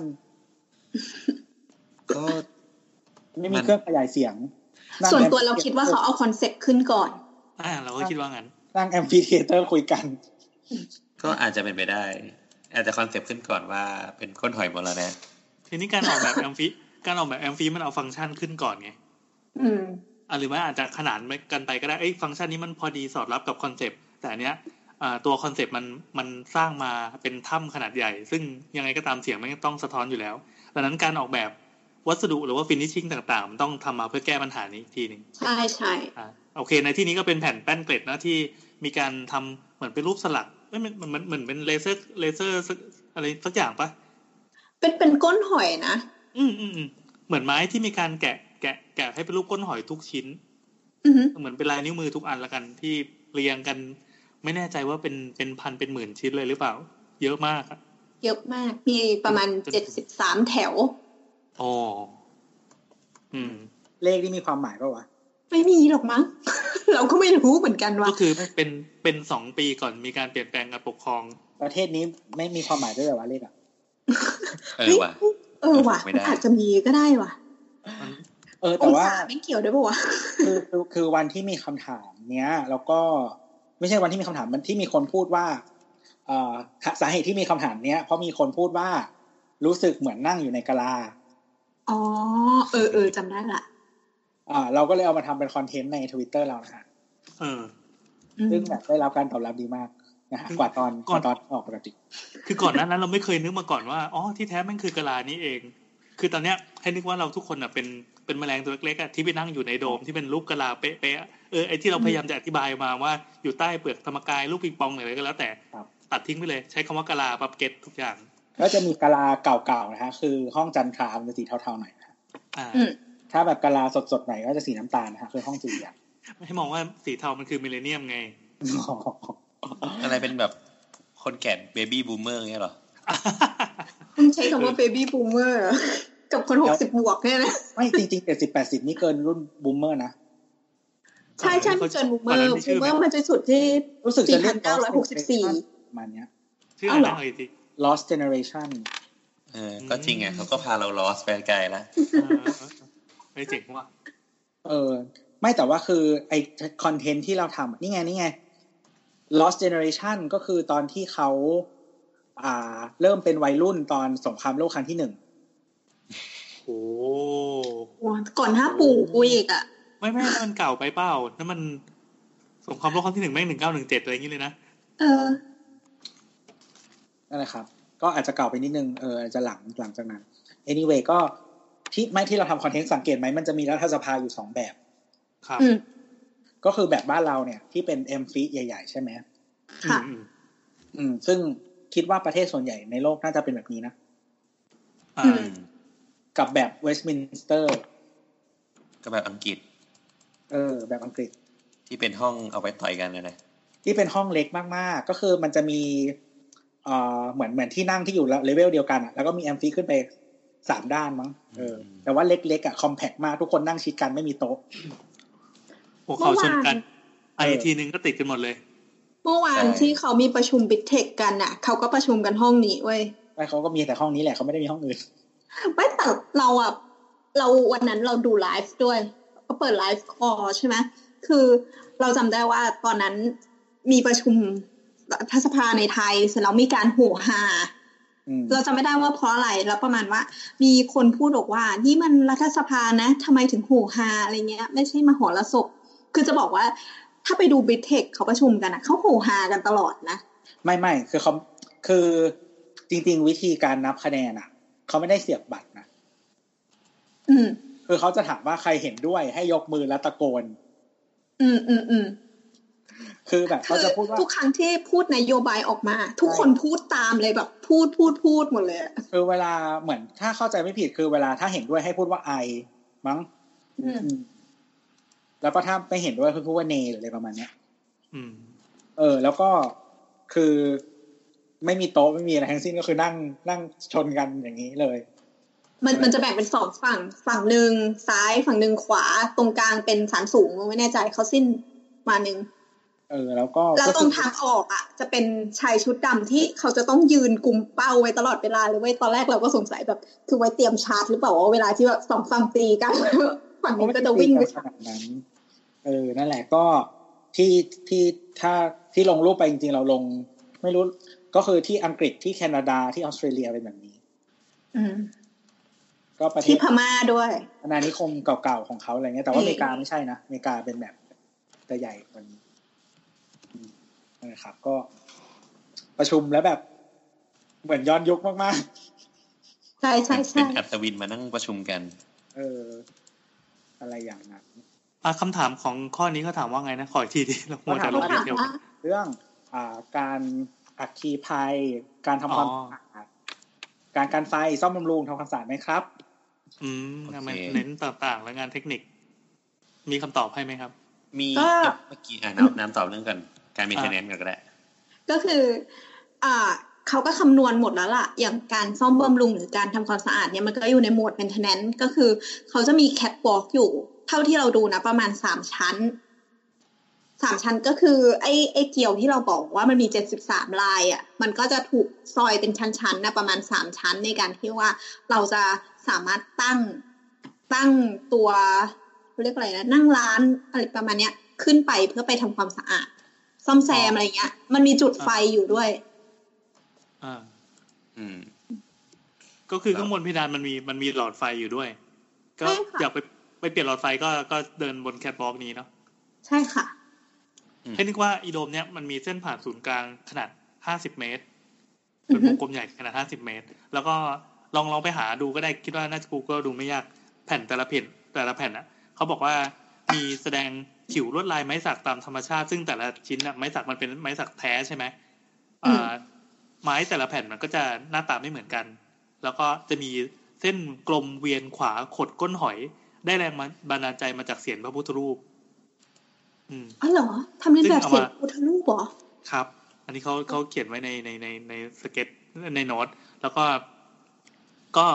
ก็ไม่มีเครื่องขยายเสียงส่วนตัวเราคิดว่าเขาเอาคอนเซ็ปต์ขึ้นก่อนอ่าเราก็คิดว่างั้นนั่งแอมฟิเทเตอร์คุยกันก็อาจจะเป็นไปได้อาจจะคอนเซ็ปต์ขึ้นก่อนว่าเป็นก้นหอยมรณะทีนี้การออกแบบแอมฟิการออกแบบแอมฟิมันเอาฟังก์ชันขึ้นก่อนไงอืมอ่ะหรือว่าอาจจะขนานกันไปก็ได้เอ้ยฟังก์ชันนี้มันพอดีสอดรับกับคอนเซ็ปต์แต่อันเนี้ยอ่าตัวคอนเซ็ปต์มันมันสร้างมาเป็นถ้ำขนาดใหญ่ซึ่งยังไงก็ตามเสียงมันต้องสะท้อนอยู่แล้วดังนั้นการออกแบบวัสดุหรือว่าฟินิชชิ่งต่างๆมันต้องทำมาเพื่อแก้ปัญหานี้อีกทีนึงใช่ใช่อ่าโอเคในที่นี้ก็เป็นแผ่นแป้นเกล็ดนะที่มีการทำเหมือนเป็นรูปสลักไม่เหมือนเหมือนเป็นเลเซอร์เลเซอร์อะไรสักอย่างปะเป็นเป็นก้นหอยนะอืมอืมอืมเหมือนไม้ที่มีการแกะแกะแกะให้เป็นรูปก้นหอยทุกชิ้นอือเหมือนเป็นลายนิ้วมือทุกอันละกันที่เรียงกันไม่แน่ใจว่าเป็นเป็นพันเป็นหมื่นชิ้นเลยหรือเปล่าเยอะมากครับเยอะมากมีประมาณเจ็ดสิบสามแถวอ๋ออืมเลขที่มีความหมายป่ะวะไม่มีหรอกมั้ง เราก็ไม่รู้เหมือนกันว่าก็คือเป็นเป็นสองปีก่อนมีการเปลี่ยนแปลงการปกครองประเทศนี้ไม่มีความหมายด้วยเหรอวะเลขอ่ะเออว่ะเออว่ะอาจจะมีก็ได้ว่ะเออแต่ว่าไม่เกี่ยวด้วยป่ะวะคือคือคือวันที่มีคำถามเนี้ยแล้วก็ไม่ใช่วันที่มีคำถามมันที่มีคนพูดว่าเอ่อสาเหตุที่มีคำถามเนี้ยเพราะมีคนพูดว่ารู้สึกเหมือนนั่งอยู่ในกะลาอ๋อเออเออจำได้ละอ่าเราก็เลยเอามาทำเป็นคอนเทนต์ใน Twitter เรานะฮะเออซึ่งแบบได้รับการตอบรับดีมากนะฮะกว่าตอนก่อนตอนออกปกติคือก่อนหน้านั้นเราไม่เคยนึกมาก่อนว่าอ๋อที่แท้มันคือกะลานี้เองคือตอนเนี้ยให้นึกว่าเราทุกคนอ่ะเป็นเป็นแมลงตัวเล็กๆอ่ะที่ไปนั่งอยู่ในโดมที่เป็นรูปกะลาเป๊ะๆเออไอ้ที่เราพยายามจะอธิบายมาว่าอยู่ใต้เปลือกธรรมกายลูกปิงปองอะไรก็แล้วแต่ตัดทิ้งไปเลยใช้คำว่ากะลาปั๊บเก็ตทุกอย่างก็จะมีกะลาเก่าๆนะฮะคือห้องจันทรามันจะสีเทาๆหน่อยนะอ่าถ้าแบบกะลาสดๆหน่อยก็จะสีน้ำตาลนะฮะคือห้องจีอ่ะให้มองว่าสีเทามันคือมิลเลนเนียมไงอะไรเป็นแบบคนแก่เบบี้บูมเมอร์เงี้ยหรอคุณใช้คำว่าเบบี้บูมเมอร์กับคนหกสิบบวกเนี่ยนะไม่จริงๆเจ็ดสิบ แปดสิบนี่เกินรุ่นบูมเมอร์นะใช่ๆมันเกินบูมเมอร์บูมเมอร์มันจะสุดที่รู้สึกจะเรียกเก้าร้อยหกสิบสี่ประมาณเนี้ยชื่ออะไรอีกที Lost Generation เออก็จริงอ่ะเขาก็พาเรา lost ไปไกลแล้วไม่เจ๋งว่ะเออไม่แต่ว่าคือไอคอนเทนต์ที่เราทำนี่ไงนี่ไง Lost Generation ก็คือตอนที่เขาอ่าเริ่มเป็นวัยรุ่นตอนสงครามโลกครั้งที่หนึ่งโอ้ก่อนหน้าปู่กูอีกอ่ะไม่ไม่นั่นมันเก่าไปเปล่านั่นมันสงครามโลกครั้งที่หนึ่งแม่งหนึ่งเก้าหนึ่งเจ็ดอะไรอย่างงี้เลยนะเออนั่นแหละครับก็อาจจะเก่าไปนิดนึงเอออาจจะหลังหลังจากนั้น anyway ก็ที่ไม่ที่เราทำคอนเทนต์สังเกตไหมมันจะมีรัฐสภาอยู่สองแบบครับก็คือแบบบ้านเราเนี่ยที่เป็น M ฟี ใหญ่ๆใช่ไหมค่ะอืมซึ่งคิดว่าประเทศส่วนใหญ่ในโลกน่าจะเป็นแบบนี้นะกับแบบเวสต์มินสเตอร์กับแบบอังกฤษเออแบบอังกฤษที่เป็นห้องเอาไว้ต่อยกันนะที่เป็นห้องเล็กมากๆก็คือมันจะมีเอ่อเหมือนเหมือนที่นั่งที่อยู่เลเวลเดียวกันอ่ะแล้วก็มีแอมฟิขึ้นไปสามด้านมั้งเออแต่ว่าเล็กๆอ่ะคอมแพคมากทุกคนนั่งชิดกันไม่มีโต๊ะหัวเข่าชนกันไอทีนึงก็ติดกันหมดเลยเมื่อวานที่เขามีประชุมบิ๊กเทคกันอ่ะเขาก็ประชุมกันห้องนี้เว้ยไม่เขาก็มีแต่ห้องนี้แหละเขาไม่ได้มีห้องอื่นไม่แต่เราอ่ะเราวันนั้นเราดูไลฟ์ด้วยก็เปิดไลฟ์คอลใช่ไหมคือเราจำได้ว่าตอนนั้นมีประชุมรัฐสภาในไทยเสร็จแล้วมีการโห่ฮาเราจำไม่ได้ว่าเพราะอะไรแล้วประมาณว่ามีคนพูดบอกว่านี่มันรัฐสภานะทำไมถึงโห่ฮาอะไรเงี้ยไม่ใช่มหรสพคือจะบอกว่าถ้าไปดูบิ๊กเทคเขาประชุมกันนะเขาโห่ฮากันตลอดนะไม่ไม่คือเขาคือจริงๆวิธีการนับคะแนนอ่ะเขาไม่ได้เสียบบัตรนะอืมคือเขาจะถามว่าใครเห็นด้วยให้ยกมือแล้วตะโกนอืมอืมอืมคือแบบเขาจะพูดว่าทุกครั้งที่พูดนโยบายออกมาทุกคนพูดตามเลยแบบพูดพูดพูดหมดเลยคือเวลาเหมือนถ้าเข้าใจไม่ผิดคือเวลาถ้าเห็นด้วยให้พูดว่าไอมั้งอืมแล้วก็ถ้าไม่เห็นด้วยคือพูดว่าเนหรืออะไรประมาณเนี้ยอืมเออแล้วก็คือไม่มีโต๊ะไม่มีอะไรทั้งสิ้นก็คือนั่งนั่งชนกันอย่างนี้เลยมันมันจะแบ่งเป็นสองฝั่งฝั่งหนึ่งซ้ายฝั่งหนึ่งขวาตรงกลางเป็นศาลสูงไม่แน่ใจเขาสิ้นมาหนึ่งเออแล้วก็แล้วตรงทางออกอ่ะจะเป็นชายชุดดำที่เขาจะต้องยืนกุมเป้าไว้ตลอดเวลาเลยเว้ยตอนแรกเราก็สงสัยแบบคือไว้เตรียมชาร์จหรือเปล่าว่าเวลาที่แบบสองฝั่งตีกันฝั่งนี้ก็จะวิ่งไปขนาดนั้นเออนั่นแหละก็ที่ที่ถ้าที่ลงรูปไปจริงๆเราลงไม่รู้ก็คือที่อังกฤษที่แคนาดาที่ออสเตรเลียเป็นแบบนี้อืมก็ประเทศที่พม่าด้วยอาณานิคมเก่าๆของเขาอะไรเงี้ยแต่ว่าอเมริกาไม่ใช่นะอเมริกาเป็นแบบแต่ใหญ่กว่านี้นะครับก็ประชุมแล้วแบบเหมือนย้อนยุคมากๆใช่ใช่ใช่เป็นอัศวินมานั่งประชุมกันเอออะไรอย่างนั้นอ่ะคำถามของข้อนี้เขาถามว่าไงนะขออีกทีดิเราควรจะลงดีเทลเรื่องอ่าการอัคคีภัยการทำความสะอาดการการไฟซ่อมบำรุงทำความสะอาดไหมครับอืมมันเน้นต่างๆและงานเทคนิคมีคำตอบให้ไหมครับมีเมื่อกี้อ่าน้ำน้ำตอบเรื่องกันการมีคะแนนกันก็ได้ก็คืออ่าเขาก็คำนวณหมดแล้วล่ะอย่างการซ่อมบำรุงหรือการทำความสะอาดเนี่ยมันก็อยู่ในโหมด maintenance ก็คือเขาจะมีแคทวอล์กอยู่เท่าที่เราดูนะประมาณสามชั้นสามชั้นก็คือไอ้ไอ้เกี่ยวที่เราบอกว่ามันมีเจ็ดสิบสามลายอ่ะมันก็จะถูกซอยเป็นชั้นๆนะประมาณสามชั้นในการที่ว่าเราจะสามารถตั้งตั้งตัวเรียกอะไรนะนั่งร้านอะไรประมาณเนี้ยขึ้นไปเพื่อไปทำความสะอาดซ่อมแซมอะไรเงี้ยมันมีจุดไฟอยู่ด้วยอ่าอืมก็คือข้างบนเพดานมันมีมันมีหลอดไฟอยู่ด้วยก็อยากไปไปเปลี่ยนหลอดไฟก็ก็เดินบนแคทวอล์กนี้เนาะใช่ค่ะให้นึกว่าอีโดมเนี้ยมันมีเส้นผ่านศูนย์กลางขนาดห้าสิบเมตรเป็นวงกลมใหญ่ขนาดห้าสิบเมตรแล้วก็ลองลองไปหาดูก็ได้คิดว่าน่าจะ Google ดูไม่ยากแผ่นแต่ละแผ่นแต่ละแผ่นอ่ะเขาบอกว่ามีแสดงผิวลวดลายไม้สักตามธรรมชาติซึ่งแต่ละชิ้นน่ะไม้สักมันเป็นไม้สักแท้ใช่ไหมอ่าไม้แต่ละแผ่นมันก็จะหน้าตาไม่เหมือนกันแล้วก็จะมีเส้นกลมเวียนขวาขดก้นหอยได้แรงบันดาลใจมาจากเสียนพระพุทธรูปอืมอ๋อเหรอทำเล่นแบบเสียนพระพุทธรูปเหรอครับอันนี้เขาเขาเขียนไว้ในในในในสเก็ตในโน้ตแล้วก็ก็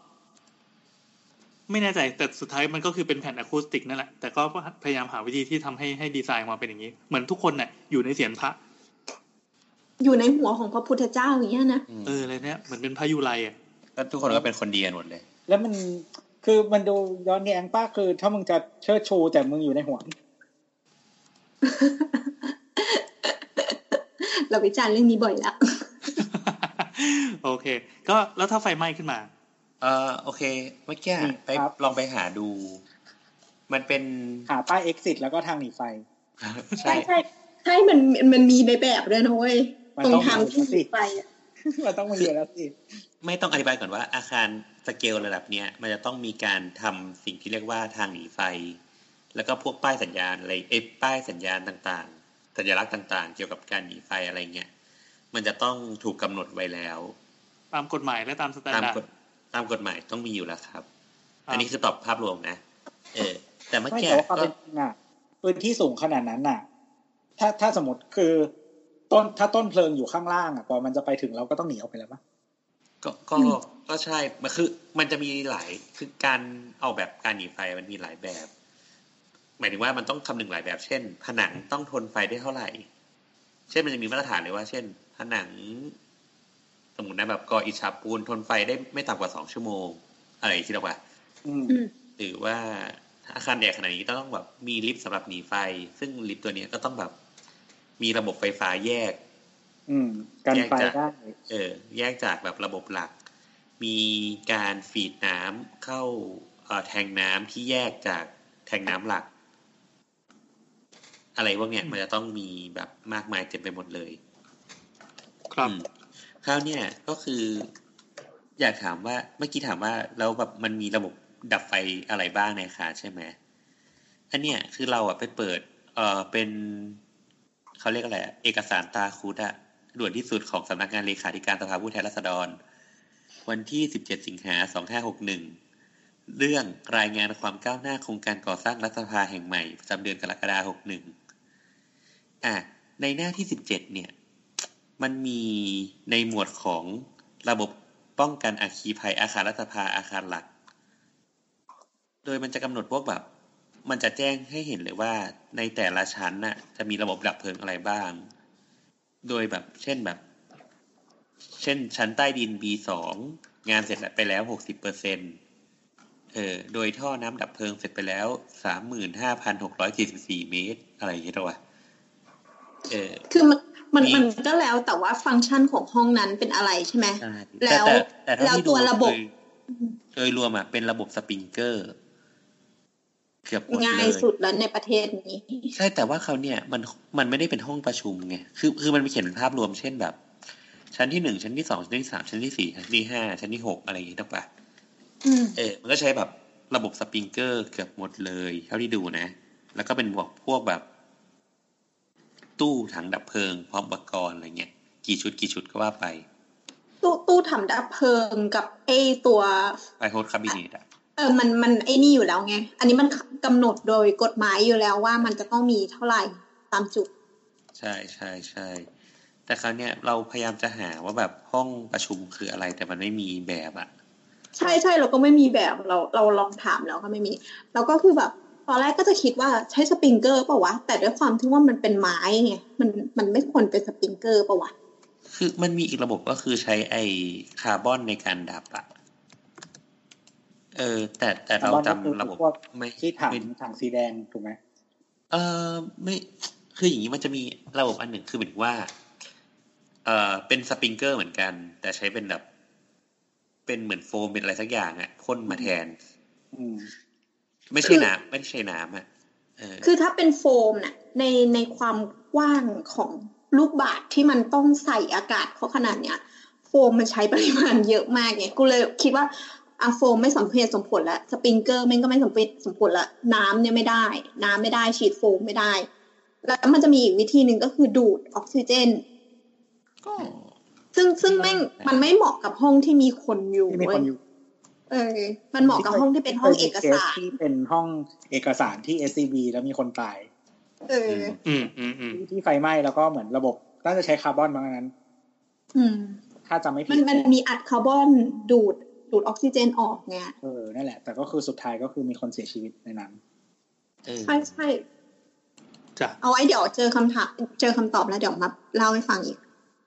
ไม่แน่ใจแต่สุดท้ายมันก็คือเป็นแผ่นอะคูสติกนั่นแหละแต่ก็พยายามหาวิธีที่ทำให้ให้ดีไซน์มาเป็นอย่างนี้เหมือนทุกคนน่ะอยู่ในเสียนพระอยู่ในหัวของพระพุทธเจ้าอย่างเงี้ยนะเอออะไรเนี้ยเหมือนเป็นพระยุไรอ่ะแล้วทุกคนก็เป็นคนดีกันหมดเลยแล้วมันคือมันดูย้อนแย้งป้าคือถ้ามึงจะเชิดชูแต่มึงอยู่ในหัวเราวิจารณ์เรื่องนี้บ่อยแล้วโอเคก็แล้วถ้าไฟไหม้ขึ้นมาเออโอเคเมื่อกี้ไปลองไปหาดูมันเป็นหาป้าย exit แล้วก็ทางหนีไฟใช่ใช่ใช่มันมันมีในแบบด้วยนะเว้ยตรงทางที่หนีไฟอ่ะมันต้องมีอยู่แล้วสิไม่ต้องอธิบายก่อนว่าอาคารสเกลระดับเนี้ยมันจะต้องมีการทำสิ่งที่เรียกว่าทางหนีไฟแล้วก็พวกป้ายสัญญาณอะไรเอ้ป้ายสัญญาณต่างๆสัญลักษณ์ต่างๆเกี่ยวกับการหนีไฟอะไรเงี้ยมันจะต้องถูกกำหนดไว้แล้วตามกฎหมายและตามสแตนดาร์ดตามกฎหมายต้องมีอยู่แล้วครับอันนี้คือตอบภาพรวมนะเออแต่เมื่อกี้ก็พื้นที่สูงขนาดนั้นน่ะถ้าถ้าสมมติคือต้นถ้าต้นเพลิงอยู่ข้างล่างอ่ะพอมันจะไปถึงเราก็ต้องหนีออกไปแล้วป่ะก็ก็ก็ใช่มันคือมันจะมีหลายคือการออกแบบการหนีไฟมันมีหลายแบบหมายถึงว่ามันต้องคำนึงหลายแบบเช่นผนังต้องทนไฟได้เท่าไหร่เช่นมันจะมีมาตรฐานเลยว่าเช่นผนังสมมุตินะแบบก่ออิฐฉาบปูนทนไฟได้ไม่ต่ำกว่าสองชั่วโมงอะไรคิดออกป่ะหรือว่าอาคารใหญ่ขนาดนี้ต้องแบบมีลิฟต์สำหรับหนีไฟซึ่งลิฟต์ตัวนี้ก็ต้องแบบมีระบบไฟฟ้าแยกอืมกันไฟได้เออแยกจากแบบระบบหลักมีการฟีดน้ำเข้าเอ่อแทงน้ำที่แยกจากแทงน้ำหลักอะไรพวกเนี้ยมันจะต้องมีแบบมากมายเต็มไปหมดเลยครับคราวเนี้ยก็คืออยากถามว่าเมื่อกี้ถามว่าแล้วแบบมันมีระบบดับไฟอะไรบ้างในอาคารใช่ไหมอันเนี้ยคือเราอ่ะไปเปิดเอ่อเป็นเขาเรียกอะไรเอกสารตาคุดอะด่วนที่สุดของสำนักงานเลขาธิการสภาผู้แทนราษฎรวันที่สิบเจ็ดสิงหาคมสองพันห้าร้อยหกสิบเอ็ดเรื่องรายงานความก้าวหน้าโครงการก่อสร้างรัฐสภาแห่งใหม่ประจำเดือนกรกฎาคมหกสิบเอ็ดอ่ะในหน้าที่สิบเจ็ดเนี่ยมันมีในหมวดของระบบป้องกันอัคคีภัยอาคารรัฐสภาอาคารหลักโดยมันจะกำหนดพวกแบบมันจะแจ้งให้เห็นเลยว่าในแต่ละชั้นน่ะจะมีระบบดับเพลิงอะไรบ้างโดยแบบเช่นแบบเช่นชั้นใต้ดิน บี สอง งานเสร็จไปแล้ว หกสิบเปอร์เซ็นต์ เออโดยท่อน้ำดับเพลิงเสร็จไปแล้ว สามหมื่นห้าพันหกร้อยสี่สิบสี่ เมตรอะไรอย่างเงี้ยตัวเออคือมันมันมันก็แล้วแต่ว่าฟังก์ชันของห้องนั้นเป็นอะไรใช่ไหมแล้วแล้วตัวระบบโดยรวมอ่ะเป็นระบบสปริงเกอร์เกือบหมดเลยง่ายสุดแล้วในประเทศนี้ใช่แต่ว่าเขาเนี่ยมันมันไม่ได้เป็นห้องประชุมไงคือคือมันมีเขียนเป็นภาพรวมเช่นแบบชั้นที่หนึ่งชั้นที่สองชั้นที่สามชั้นที่สี่ชั้นที่ห้าชั้นที่หกอะไรอย่างงี้ถูกป่ะเออมันก็ใช้แบบระบบสปริงเกอร์เกือบหมดเลยเท่าที่ดูนะแล้วก็เป็นพวกพวกแบบตู้ถังดับเพลิงพร้อมอุปกรณ์อะไรเงี้ยกี่ชุดกี่ชุดก็ว่าไปตู้ตู้ถังดับเพลิงกับไอ้ตัวไฟโฮสคาบิเนตอ่ะเออมันมันไอ้นี่อยู่แล้วไงอันนี้มันกำหนดโดยกฎหมายอยู่แล้วว่ามันจะต้องมีเท่าไหร่ตามจุดใช่ใช่ใช่แต่คราวเนี้ยเราพยายามจะหาว่าแบบห้องประชุมคืออะไรแต่มันไม่มีแบบอ่ะใช่ใช่เราก็ไม่มีแบบเราเราลองถามแล้วก็ไม่มีแล้วก็คือแบบตอนแรกก็จะคิดว่าใช้สปริงเกอร์ป่ะวะแต่ด้วยความที่ว่ามันเป็นไม้ไงมันมันไม่ควรเป็นสปริงเกอร์ป่ะวะคือมันมีอีกระบบก็คือใช้ไอ้คาร์บอนในการดับอ่ะเออแต่แต่เราจำระบบไม่ที่ถังถังสีแดงถูกไหมเออไม่คืออย่างนี้มันจะมีระบบอันหนึ่งคือเหมือนว่าเออเป็นสปริงเกอร์เหมือนกันแต่ใช้เป็นแบบเป็นเหมือนโฟมเป็นอะไรสักอย่างอ่ะพ่นมาแทนไม่ใช่น้ำไม่ใช่น้ำอ่ะคือถ้าเป็นโฟมน่ะในในความกว้างของลูกบาศก์ที่มันต้องใส่อากาศเขาขนาดเนี้ยโฟมมันใช้ปริมาณเยอะมากไงกูเลยคิดว่าอะโฟมไม่สมเหตุสมผลแล้วสปริงเกอร์มันก็ไม่สมเหตุสมผลละน้ำเนี่ยไม่ได้น้ำไม่ได้ฉีดโฟมไม่ได้แล้วมันจะมีอีกวิธีหนึ่งก็คือดูดออกซิเจนก็ซึ่งซึ่งแม่งมันไม่เหมาะกับห้องที่มีคนอยู่เว้ยเออมันเหมาะกับห้องที่เป็นห้องเอกสารที่เป็นห้องเอกสารที่ เอส ซี บี แล้วมีคนตายเอออืมอืมอืมที่ไฟไหม้แล้วก็เหมือนระบบน่าจะใช้คาร์บอนบางนั้นอืมถ้าจำไม่ผิดมันมันมีอัดคาร์บอนดูดดูดออกซิเจนออกไงเออนั่นแหละแต่ก็คือสุดท้ายก็คือมีคนเสียชีวิตในนั้นใช่ใช่จ้ะเอาไว้เดี๋ยวเจอคำถามเจอคำตอบแล้วเดี๋ยวมาเล่าให้ฟังอีก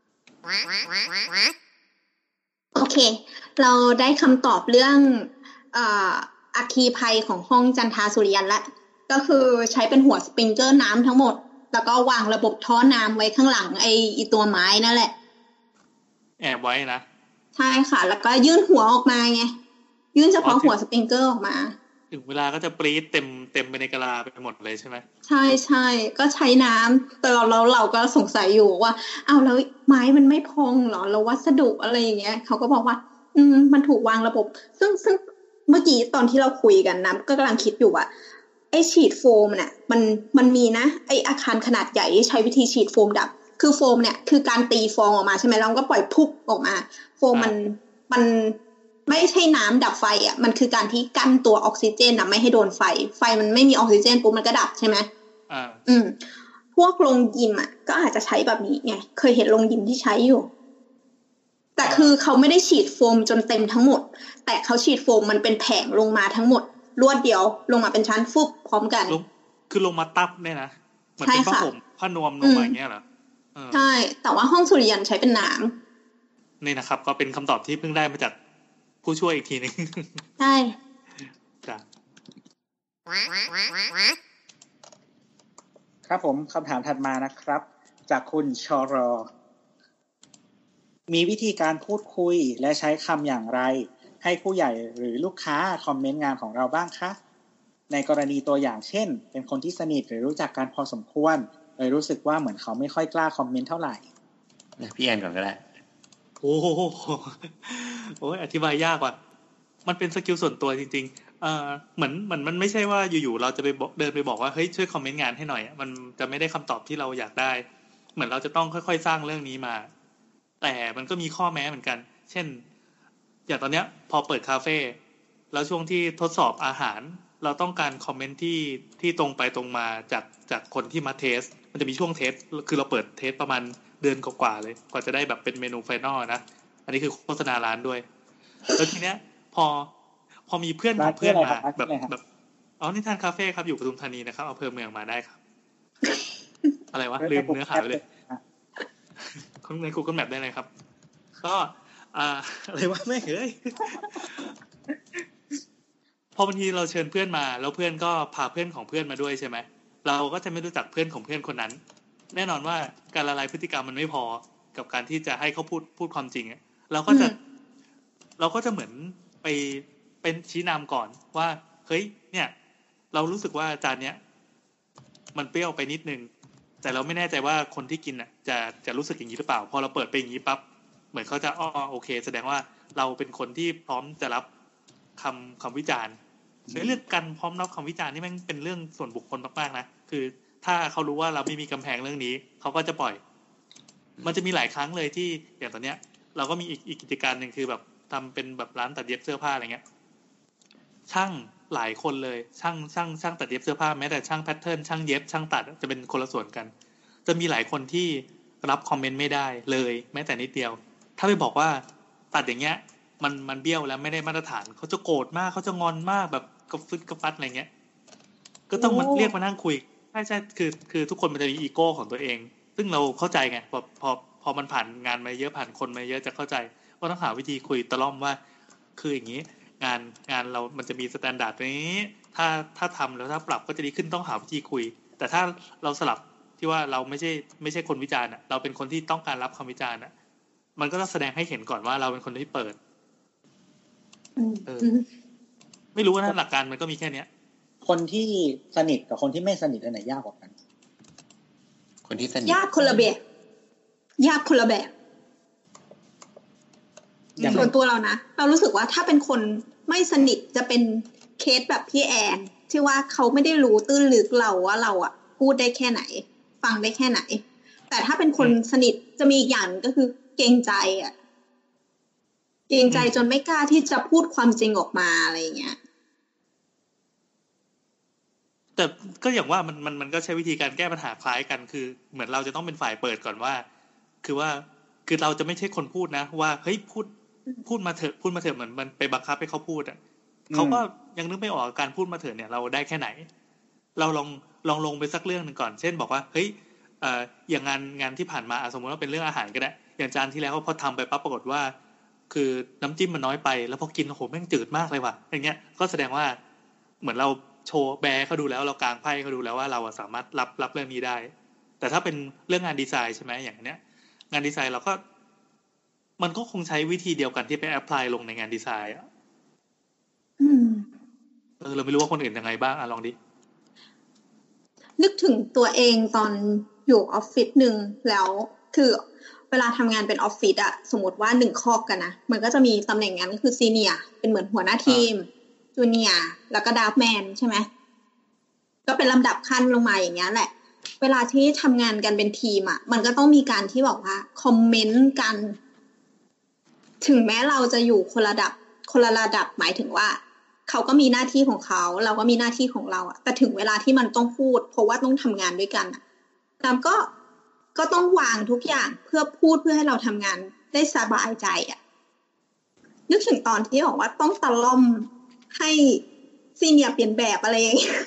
โอเคเราได้คำตอบเรื่องอ่าอัคคีภัยของห้องจันทาสุริยันแล้วก็คือใช้เป็นหัวสปริงเกอร์น้ำทั้งหมดแล้วก็วางระบบท่อน้ำไว้ข้างหลังไอ้อีตัวไม้นั่นแหละแอบไว้นะใช่ค่ะแล้วก็ยื่นหัวออกมาไงยื่นเฉพาะหัวสปริงเกอร์ออกมาถึงเวลาก็จะปรี๊ดเต็มเต็มไปในกะลาไปหมดเลยใช่ไหมใช่ใช่ก็ใช้น้ำแต่เราเราเราก็สงสัยอยู่ว่าอ้าวแล้วไม้มันไม่พองเหรอแล้ววัสดุอะไรอย่างเงี้ยเขาก็บอกว่าอืมมันถูกวางระบบซึ่งซึ่งเมื่อกี้ตอนที่เราคุยกันนะก็กำลังคิดอยู่ว่าไอ้ฉีดโฟมเนี่ยมันมันมีนะไอ้อาคารขนาดใหญ่ใช้วิธีฉีดโฟมดับคือโฟมเนี่ยคือการตีฟองออกมาใช่ไหมแล้วก็ปล่อยพุกออกมาโฟมมันมันไม่ใช่น้ำดับไฟอ่ะมันคือการที่กั้นตัวออกซิเจนนะไม่ให้โดนไฟไฟมันไม่มีออกซิเจนปุ๊บมันก็ดับใช่ไหมอ่าอืมพวกโรงยิมอ่ะก็อาจจะใช้แบบนี้ไงเคยเห็นโรงยิมที่ใช้อยู่แต่คือเขาไม่ได้ฉีดโฟมจนเต็มทั้งหมดแต่เขาฉีดโฟมมันเป็นแผงลงมาทั้งหมดรวดเดียวลงมาเป็นชั้นฟุบพร้อมกันคือลงมาตับเนี่ยนะเหมือนเป็นผ้าห่มผ้านวมลงมาอย่างเงี้ยเหรอใช่แต่ว่าห้องสุริยันใช้เป็นน้ำนี่นะครับก็เป็นคำตอบที่เพิ่งได้มาจากผู้ช่วยอีกทีนึงใช่จ้ะครับผมคำถามถัดมานะครับจากคุณชรมีวิธีการพูดคุยและใช้คำอย่างไรให้ผู้ใหญ่หรือลูกค้าคอมเมนต์งานของเราบ้างคะในกรณีตัวอย่างเช่นเป็นคนที่สนิทหรือรู้จักกันพอสมควรเลยรู้สึกว่าเหมือนเขาไม่ค่อยกล้าคอมเมนต์เท่าไหร่พี่แอนก่อนก็ได้โอ้โหโอ้ยอธิบายยากว่ะมันเป็นสกิลส่วนตัวจริงๆเอ่อเหมือนเหมือนมันไม่ใช่ว่าอยู่ๆเราจะไปเดินไปบอกว่าเฮ้ยช่วยคอมเมนต์งานให้หน่อยมันจะไม่ได้คำตอบที่เราอยากได้เหมือนเราจะต้องค่อยๆสร้างเรื่องนี้มาแต่มันก็มีข้อแม้เหมือนกันเช่นอย่างตอนเนี้ยพอเปิดคาเฟ่แล้วช่วงที่ทดสอบอาหารเราต้องการคอมเมนต์ที่ที่ตรงไปตรงมาจากจากคนที่มาเทสมันจะมีช่วงเทสคือเราเปิดเทสประมาณเดือนกว่าๆเลยกว่าจะได้แบบเป็นเมนูไฟนอลนะอันนี้คือโฆษณาร้านด้วยแล้วทีเนี้ยพอพอมีเพื่อนของเพื่อนมาแบบแบบอ๋อนิทานคาเฟ่ครับอยู่ปทุมธานีนะครับเอาเพิ่มเมืองมาได้ครับอะไรวะลืมเนื้อหาไปเลยข้างใน Google Map ได้เลยครับก็อ่าอะไรวะแม่เอ้ยพอบางทีเราเชิญเพื่อนมาแล้วเพื่อนก็พาเพื่อนของเพื่อนมาด้วยใช่ไหมเราก็จะไม่รู้จักเพื่อนของเพื่อนคนนั้นแน่นอนว่าการละลายพฤติกรรมมันไม่พอกับการที่จะให้เขาพูดพูดความจริงเราก็จะเราก็จะเหมือนไปเป็นชี้นำก่อนว่าเฮ้ยเนี่ยเรารู้สึกว่าจานเนี้ยมันเปรี้ยวไปนิดนึงแต่เราไม่แน่ใจว่าคนที่กินอ่ะจะจะรู้สึกอย่างนี้หรือเปล่าพอเราเปิดไปอย่างนี้ปั๊บเหมือนเขาจะอ๋อโอเคแสดงว่าเราเป็นคนที่พร้อมจะรับคำคำวิจารณ์ในเรื่องการพร้อมรับคำวิจารณ์นี่มันเป็นเรื่องส่วนบุคคลมากๆนะคือถ้าเขารู้ว่าเราไม่มีกำแพงเรื่องนี้เขาก็จะปล่อยมันจะมีหลายครั้งเลยที่อย่างตอนเนี้ยเราก็มีอีกอีกกิจการหนึ่งคือแบบทำเป็นแบบร้านตัดเย็บเสื้อผ้าอะไรเงี้ยช่างหลายคนเลยช่างช่างช่างตัดเย็บเสื้อผ้าแม้แต่ช่างแพทเทิร์นช่างเย็บช่างตัดจะเป็นคนละส่วนกันจะมีหลายคนที่รับคอมเมนต์ไม่ได้เลยแม้แต่นิดเดียวถ้าไปบอกว่าตัดอย่างเงี้ยมันมันเบี้ยวแล้วไม่ได้มาตรฐานเขาจะโกรธมากเขาจะงอนมากแบบกระฟึดกระฟัดอะไรเงี้ยก็ต้องมาเรียกมานั่งคุยใช่ใช่คือคือทุกคนมันจะมีอีโก้ของตัวเองซึ่งเราเข้าใจไงพอพอพอมันผ่านงานมาเยอะผ่านคนมาเยอะจะเข้าใจว่าต้องหาวิธีคุยตะล่อมว่าคืออย่างนี้งานงานเรามันจะมีสแตนดาร์ดนี้ถ้าถ้าทำแล้วถ้าปรับก็จะดีขึ้นต้องหาวิธีคุยแต่ถ้าเราสลับที่ว่าเราไม่ใช่ไม่ใช่คนวิจารณ์อ่ะเราเป็นคนที่ต้องการรับคำวิจารณ์อ่ะมันก็ต้องแสดงให้เห็นก่อนว่าเราเป็นคนที่เปิดเออไม่รู้ว่าหลักการมันก็มีแค่เนี้ยคนที่สนิทกับคนที่ไม่สนิทอันไหนยากกว่ากันคนที่สนิทยากคนละแบบยากคนละแบบส่วนตัวเรานะเรารู้สึกว่าถ้าเป็นคนไม่สนิทจะเป็นเคสแบบพี่แอนที่ว่าเขาไม่ได้รู้ตื้นลึกเราว่าเราอ่ะพูดได้แค่ไหนฟังได้แค่ไหนแต่ถ้าเป็นคนสนิทจะมีอีกอย่างก็คือเกรงใจอ่ะเกรงใจจนไม่กล้าที่จะพูดความจริงออกมาอะไรอย่างเงี้ยแต่ก็อย่างว่ามันมันมันก็ใช้วิธีการแก้ปัญหาคล้ายกันคือเหมือนเราจะต้องเป็นฝ่ายเปิดก่อนว่าคือว่าคือเราจะไม่ใช่คนพูดนะว่าเฮ้ยพูดพูดมาเถอะพูดมาเถอะเหมือนมันไปบังคับให้เขาพูดอ่ะเขาก็ยังนึกไม่ออกการพูดมาเถอะเนี่ยเราได้แค่ไหนเราลองลองลงไปสักเรื่องนึงก่อนเช่นบอกว่าเฮ้ยเอ่ออย่างงานงานที่ผ่านมาสมมติว่าเป็นเรื่องอาหารก็ได้อย่างจานที่แล้วพอทำไปปั๊บปรากฏว่าคือน้ำจิ้มมันน้อยไปแล้วพอกินโอ้โหแม่งจืดมากเลยว่ะอย่างเงี้ยก็แสดงว่าเหมือนเราโชว์แบร์เขาดูแล้วเรากางไพ่เขาดูแล้วว่าเราสามารถรับรับเรื่องนี้ได้แต่ถ้าเป็นเรื่องงานดีไซน์ใช่ไหมอย่างเนี้ยงานดีไซน์เราก็มันก็คงใช้วิธีเดียวกันที่ไปแอพพลายลงในงานดีไซน์อ่ะเออเราไม่รู้ว่าคนอื่นยังไงบ้างอ่ะลองดินึกถึงตัวเองตอนอยู่ออฟฟิศหนึ่งแล้วคือเวลาทำงานเป็นออฟฟิศอะสมมติว่าหนึ่งคอกกันนะมันก็จะมีตำแหน่งงานก็คือซีเนียร์เป็นเหมือนหัวหน้าทีมจูเนียร์แล้วก็ดราฟแมนใช่ไหมก็เป็นลำดับขั้นลงมาอย่างเงี้ยแหละเวลาที่ทำงานกันเป็นทีมอ่ะมันก็ต้องมีการที่บอกว่าคอมเมนต์กันถึงแม้เราจะอยู่คนละระดับคนละระดับหมายถึงว่าเขาก็มีหน้าที่ของเขาเราก็มีหน้าที่ของเราอ่ะแต่ถึงเวลาที่มันต้องพูดเพราะว่าต้องทำงานด้วยกันอ่ะแล้วก็ก็ต้องวางทุกอย่างเพื่อพูดเพื่อให้เราทำงานได้สบายใจอ่ะนึกถึงตอนที่บอกว่าต้องตะล่อมให้ซีเนียร์เปลี่ยนแบบอะไรอย่างเงี้ย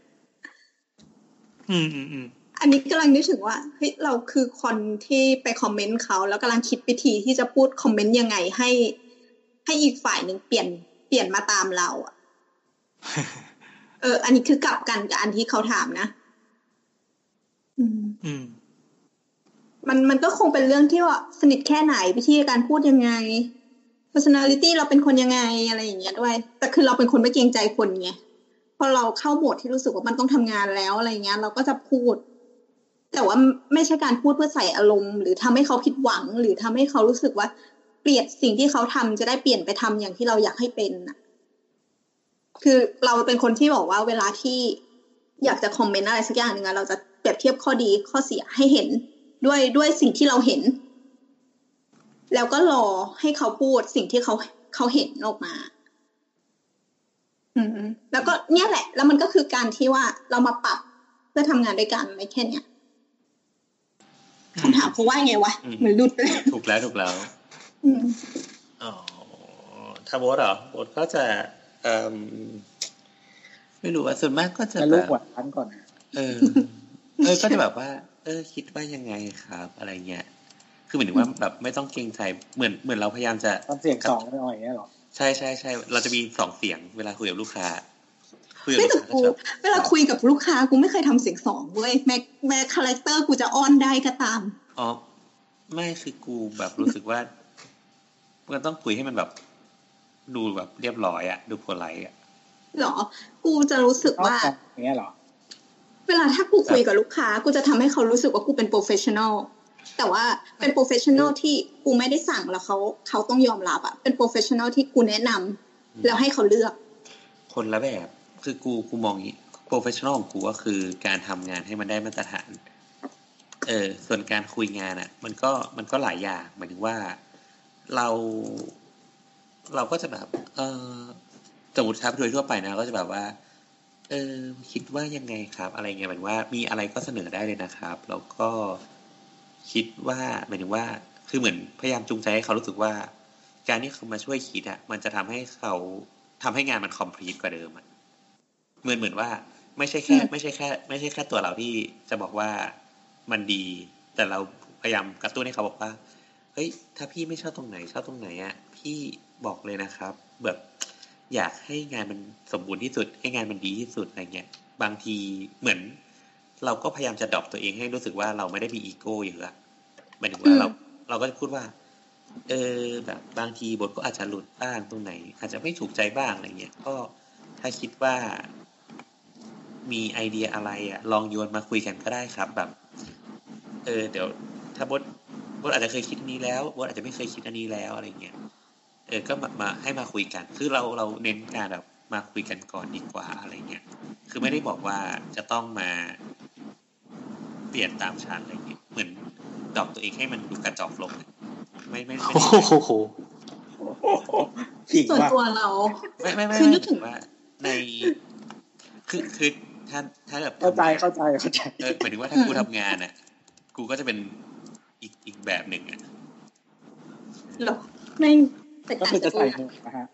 อืมอืมอืมอันนี้กำลังนึกถึงว่าเฮ้ยเราคือคนที่ไปคอมเมนต์เขาแล้วกำลังคิดวิธีที่จะพูดคอมเมนต์ยังไงให้ให้อีกฝ่ายหนึ่งเปลี่ยนเปลี่ยนมาตามเราอ่ะ เอออันนี้คือกลับกันกับอันที่เขาถามนะอืมอืมมันมันก็คงเป็นเรื่องที่ว่าสนิทแค่ไหนวิธีการพูดยังไง personality เราเป็นคนยังไงอะไรอย่างเงี้ยด้วยแต่คือเราเป็นคนไม่เกรงใจคนไงพอเราเข้าโหมดที่รู้สึกว่ามันต้องทำงานแล้วอะไรเงี้ยเราก็จะพูดแต่ว่าไม่ใช่การพูดเพื่อใส่อารมณ์หรือทำให้เขาผิดหวังหรือทำให้เขารู้สึกว่าเปลี่ยนสิ่งที่เขาทำจะได้เปลี่ยนไปทำอย่างที่เราอยากให้เป็นน่ะคือเราเป็นคนที่บอกว่าเวลาที่อยากจะคอมเมนต์อะไรสักอย่างนึงเราจะเปรียบเทียบข้อดีข้อเสียให้เห็นด้วยด้วยสิ่งที่เราเห็นแล้วก็รอให้เขาพูดสิ่งที่เขาเขาเห็นออกมาอืมแล้วก็เนี่ยแหละแล้วมันก็คือการที่ว่าเรามาปรับเพื่อทำงานด้วยกันไม่แค่เนี้ยคำถามเขาว่าไงวะเหมือนหลุดไปถูกแล้วถูกแล้วอ๋อถ้าโบสเหรอโบสก็จะเอ่อไม่รู้ว่าส่วนมากก็จะแบบลูกหวานก่อนเออเออก็จะแบบว่าเออคิดว่ายังไงครับอะไรเงี้ยคือเหมือนว่าแบบไม่ต้องเกรงใจเหมือนเหมือนเราพยายามจะเสียงสองหน่อยเนี่ยหรอใช่ใช่ใช่เราจะมีสองเสียงเวลาคุยกับลูกค้าคุยกับลูกค้าเวลาคุยกับลูกค้ากูไม่เคยทำเสียงสองเว้ยแม้แม้คาแรคเตอร์กูจะอ้อนได้ก็ตามอ๋อไม่คือกูแบบรู้สึกว่ามันต้องคุยให้มันแบบดูแบบเรียบร้อยอะดูโพลไลท์อะหรอกูจะรู้สึกว่าอย่างเงี้ยหรอเวลาถ้ากูคุยกับลูกค้ากูจะทำให้เขารู้สึกว่ากูเป็นโปรเฟชชั่นอลแต่ว่าเป็นโปรเฟชชั่นอลที่กูไม่ได้สั่งแล้วเขาเขาต้องยอมรับอะเป็นโปรเฟชชั่นอลที่กูแนะนำแล้วให้เขาเลือกคนละแบบคือกูกูมองอย่างนี้โปรเฟชชั่นอลของกูก็คือการทำงานให้มันได้มาตรฐานเออส่วนการคุยงานอ่ะมันก็มันก็หลายอย่างหมายถึงว่าเราเราก็จะแบบเออสมมติครับโดยทั่วไปนะก็จะแบบว่าเออคิดว่ายังไงครับอะไรเงี้ยหมายถึงว่ามีอะไรก็เสนอได้เลยนะครับแล้วก็คิดว่าหมายถึงว่าคือเหมือนพยายามจูงใจให้เขารู้สึกว่าการที่เขามาช่วยคิดอ่ะมันจะทำให้เขาทำให้งานมันคอมพลีทกว่าเดิมอ่ะเหมือนเหมือนว่าไม่ใช่แค่ไม่ใช่แค่ไม่ใช่แค่ตัวเราที่จะบอกว่ามันดีแต่เราพยายามกระตุ้นให้เขาบอกว่าเฮ้ยถ้าพี่ไม่ชอบตรงไหนชอบตรงไหนอ่ะพี่บอกเลยนะครับแบบอยากให้งานมันสมบูรณ์ที่สุดให้งานมันดีที่สุดอะไรเงี้ยบางทีเหมือนเราก็พยายามจะดรอปตัวเองให้รู้สึกว่าเราไม่ได้มีอีโก้เยอะหมายถึงว่าเราเราก็จะพูดว่าเออแบบบางทีบทก็อาจจะหลุดบ้างตรงไหนอาจจะไม่ถูกใจบ้างอะไรเงี้ยก็ถ้าคิดว่ามีไอเดียอะไรอ่ะลองโยนมาคุยกันก็ได้ครับแบบเออเดี๋ยวถ้าบทบทอาจจะเคยคิดนี้แล้วบทอาจจะไม่เคยคิดอันนี้แล้วอะไรเงี้ยเออก็มามาให้มาคุยกันคือเราเราเน้นการแบบมาคุยกันก่อนดีกว่าอะไรเงี้ยคือไม่ได้บอกว่าจะต้องมาเปลี่ยนตามชั้นอะไรเงี้ยเหมือนดรอปตัวเองให้มันดูกระจอกลงไม่ไม่ไม่โอ้โหส่วนตัวเราไม่ไม่ไม่คือนึกถึงว่าในคือคือถ้าถ้าแบบเข้าใจเข้าใจเข้าใจเออหมายถึงว่าถ้ากูทำงานอ่ะกูก็จะเป็นอีกอีกแบบหนึ่งอ่ะหรอไม่ก็คือจะใส่หมวกนะฮะ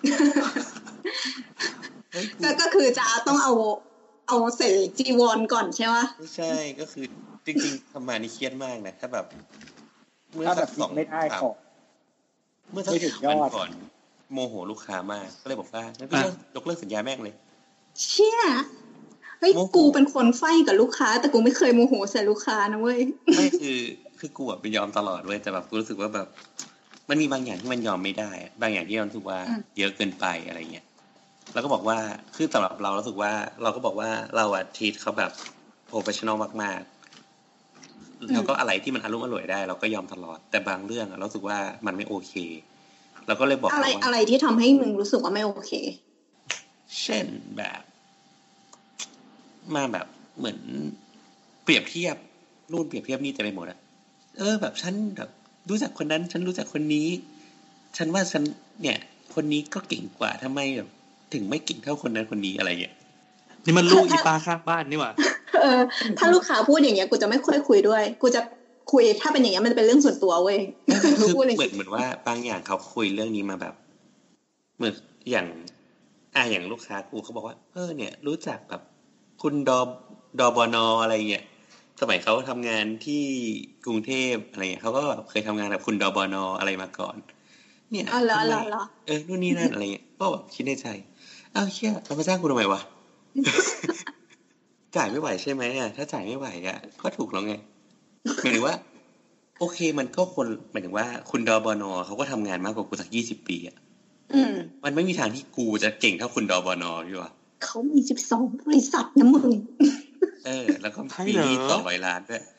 ก็ก็คือจะต้องเอาเอาเสจีวรก่อนใช่ไหมไม่ใช่ก็คือจริงๆทำมานี่เครียดมากนะถ้าแบบเมื่อสักสองไม่ได้ก่อนเมื่อสักวันก่อนโมโหลูกค้ามากก็เลยบอกว่างั้นก็ยกเลิกสัญญาแม่งเลยเชี่ยเฮ้ยกูเป็นคนไฟกับลูกค้าแต่กูไม่เคยโมโหใส่ลูกค้านะเว้ยไม่คือคือกูไปยอมตลอดเว้ยแต่แบบกูรู้สึกว่าแบบมันมีบางอย่างที่มันยอมไม่ได้บางอย่างที่เรารู้สึกว่าเยอะเกินไปอะไรเงี้ยเราก็บอกว่าคือสำหรับเรารู้สึกว่าเราก็บอกว่าเราอะทีทเขาแบบโปรเฟชชั่นอลมากๆแล้วก็อะไรที่มันอารมณ์อร่วยได้เราก็ยอมตลอดแต่บางเรื่องเรารู้สึกว่ามันไม่โอเคเราก็เลยบอกอะไรอะไรที่ทำให้มึงรู้สึกว่าไม่โอเคเช่นแบบมาแบบเหมือนเปรียบเทียบนู่นเปรียบเทียบนี่แต่ไปหมดอะเออแบบฉันแบบรู้จักคนนั้นฉันรู้จักคนนี้ฉันว่าฉันเนี่ยคนนี้ก็เก่งกว่าทำไมแบบถึงไม่เก่งเท่าคนนั้นคนนี้อะไรเงี้ยนี่มันลูกอีป้าข้างบ้านนี่หว่าเออถ้าลูกค้าพูดอย่างเงี้ยกูจะไม่ค่อยคุยด้วยกูจะคุยถ้าเป็นอย่างเงี้ยมันเป็นเรื่องส่วนตัวเว้ยคือเหมือนเหมือนว่าบางอย่างเขาคุยเรื่องนี้มาแบบเหมือนอย่างอ่ะอย่างลูกค้ากูเขาบอกว่าเออเนี่ยรู้จักแบบคุณดอดบนอะไรเงี้ยสมัยเขาทำงานที่กรุงเทพอะไรเงี้ยเขาก็แบบเคยทำงานกับคุณดบนอะไรมาก่อนเนี่ยอ๋อเหรอเหรอเหรอเออนู่นนี่นั่นอะไรเงี้ยก็แบบคิดในใจอ้าวเชี่ยเรามาจ้างกูทำไมวะ จ่ายไม่ไหวใช่ไหมอ่ะถ้าจ่ายไม่ไหวอ่ะก็ถูกแล้วไงหมายถึงว่าโอเคมันก็คนหมายถึงว่าคุณดบนเขาก็ทำงานมากกว่ากูสักยี่สิบปีอ่ะมันไม่มีทางที่กูจะเก่งเท่าคุณดบนพี่วะเขามีสิบสองบริษัทนะมึงเออแล้วก็ปีนี้ต่อร้อยล้านด้วย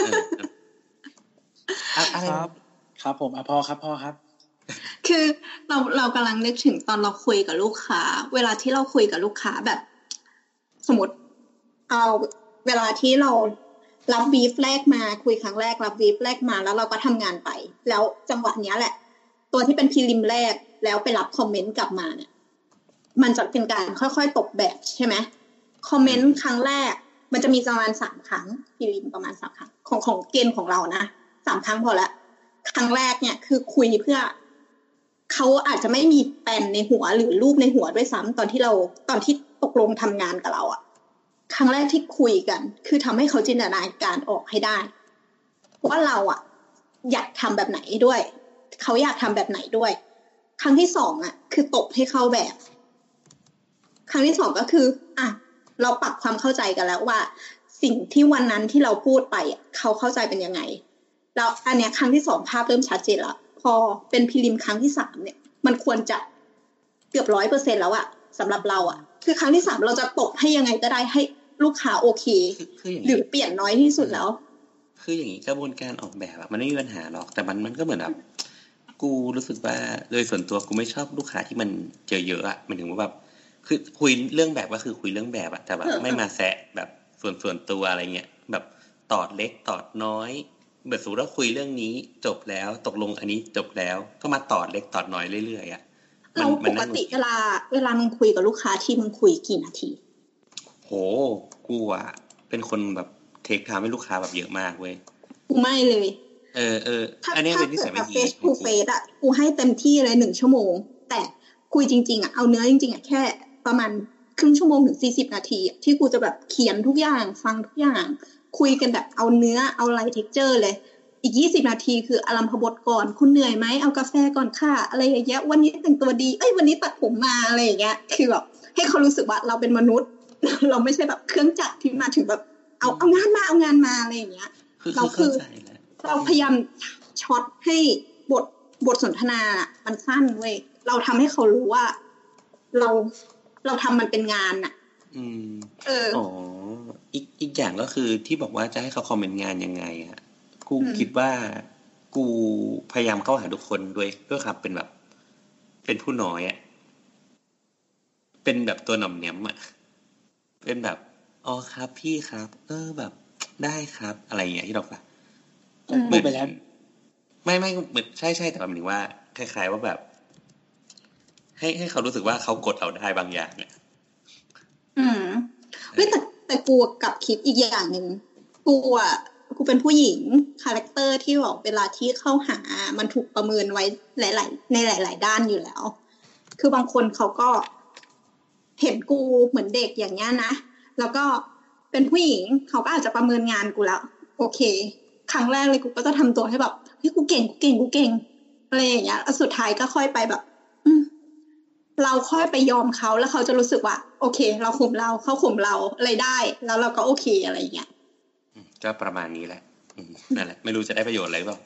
อะไรครับครับผมอ่ะพอครับพอครับคือเราเรากำลังนึกถึงตอนเราคุยกับลูกค้าเวลาที่เราคุยกับลูกค้าแบบสมมติเอาเวลาที่เรารับบีฟแรกมาคุยครั้งแรกรับบีฟแรกมาแล้วเราก็ทำงานไปแล้วจังหวะนี้แหละตัวที่เป็นพรีลิมแรกแล้วไปรับคอมเมนต์กลับมาเนี่ยมันจะเป็นการค่อยๆตกแบบใช่ไหมคอมเมนต์ครั้งแรกมันจะมีประมาณสามครั้งพรีลิมประมาณสามครั้งของของเกณฑ์ของเรานะสามครั้งพอละครั้งแรกเนี่ยคือคุยเพื่อเขาอาจจะไม่มีแปลนในหัวหรือรูปในหัวด้วยซ้ำตอนที่เราตอนที่ตกลงทำงานกับเราอะครั้งแรกที่คุยกันคือทำให้เขาจินตนาการออกให้ได้ว่าเราอะอยากทำแบบไหนด้วยเขาอยากทำแบบไหนด้วยครั้งที่สองอะคือตบให้เข้าแบบครั้งที่สองก็คืออ่ะเราปรับความเข้าใจกันแล้วว่าสิ่งที่วันนั้นที่เราพูดไปอะเขาเข้าใจเป็นยังไงแล้วอันเนี้ยครั้งที่สองภาพเริ่มชัดเจนแล้วพอเป็นพรีลิมครั้งที่สามเนี่ยมันควรจะเกือบร้อยเปอร์เซ็นต์แล้วอะสำหรับเราอะคือครั้งที่สามเราจะตบให้ยังไงก็ได้ให้ลูกค้าโอเคหรือเปลี่ยนน้อยที่สุดแล้วคืออย่างนี้กระบวนการออกแบบอะมันไม่มีปัญหาหรอกแต่มันมันก็เหมือนแบบกูรู้สึกว่าโดยส่วนตัวกูไม่ชอบลูกค้าที่มันเจอเยอะอะมันถึงว่าแบบคือคุยเรื่องแบบก็คือคุยเรื่องแบบอะแต่แบบไม่มาแซะแบบส่วนส่วนตัวอะไรเงี้ยแบบตอดเล็กตอดน้อยแบบสมมติว่าคุยเรื่องนี้จบแล้วตกลงอันนี้จบแล้วก็มาตอดเล็กตอดน้อยเรื่อยๆอ่ะเราปกติเวลาเวลามึงคุยกับลูกค้าที่มึงคุยกี่นาทีโหกูอ่ะเป็นคนแบบเทคไทม์ให้ลูกค้าแบบเยอะมากเว้ยกูไม่เลยเออเอออันนี้เป็นนิสัยไม่ดีเฟซทูเฟซอ่ะกูให้เต็มที่เลยหนึ่งชั่วโมงแต่คุยจริงๆอ่ะเอาเนื้อจริงๆอ่ะแค่ประมาณครึ่งชั่วโมงถึงสี่สิบนาทีที่กูจะแบบเขียนทุกอย่างฟังทุกอย่างคุยกันแบบเอาเนื้อเอาไลท์เท็กเจอร์เลยอีกยี่สิบนาทีคืออารัมพบทก่อนคุณเหนื่อยไหมเอากาแฟก่อนค่ะอะไรอย่างเงี้ยวันนี้แต่งตัวดีเอ้ยวันนี้ตัดผมมาอะไรอย่างเงี้ยคือแบบให้เขารู้สึกว่าเราเป็นมนุษย์เราไม่ใช่แบบเครื่องจักรที่มาถึงแบบเอาเอางานมาเอางานมาอะไรอย่างเงี้ยเราคือเราพยายามช็อตให้บทบทสนทนามันสั้นเว้ยเราทำให้เขารู้ว่าเราเราทำมันเป็นงานอ่ะอืมเอออ๋ออีกอีกอย่างก็คือที่บอกว่าจะให้เขาคอมเมนต์งานยังไงอะกูคิดว่ากูพยายามเข้าหาทุกคนด้วยด้วยครับเป็นแบบเป็นผู้น้อยอ่ะเป็นแบบตัวหน่อมแนมอ่ะเป็นแบบอ๋อครับพี่ครับเออแบบได้ครับอะไรอย่างเงี้ยที่เราแบบเหมือนไปแล้วไม่ไม่เหมือนใช่ใช่แต่หมายถึงว่าคล้ายๆว่าแบบให้ให้เขารู้สึกว่าเขากดเราได้บางอย่างเนี่ยอืมเฮ้ยแต่แต่กูกับคิดอีกอย่างนึงกูอ่ะกูเป็นผู้หญิงคาแรคเตอร์ที่บอกเวลาที่เข้าหามันถูกประเมินไว้หลายๆในหลายๆด้านอยู่แล้วคือบางคนเขาก็เห็นกูเหมือนเด็กอย่างเงี้ยนะแล้วก็เป็นผู้หญิงเขาก็อาจจะประเมินงานกูแล้วโอเคครั้งแรกเลยกูก็จะทำตัวให้แบบเฮ้ยกูเก่งกูเก่งกูเก่งอะไรอย่างเงี้ยสุดท้ายก็ค่อยไปแบบเราค่อยไปยอมเขาแล้วเขาจะรู้สึกว่าโอเคเราข่มเราเขาข่มเราอะไรได้แล้วเราก็โอเคอะไรอย่างเงี้ยก็ประมาณนี้แหละนั่นแหละไม่รู้จะได้ประโยชน์อะไรเปล่า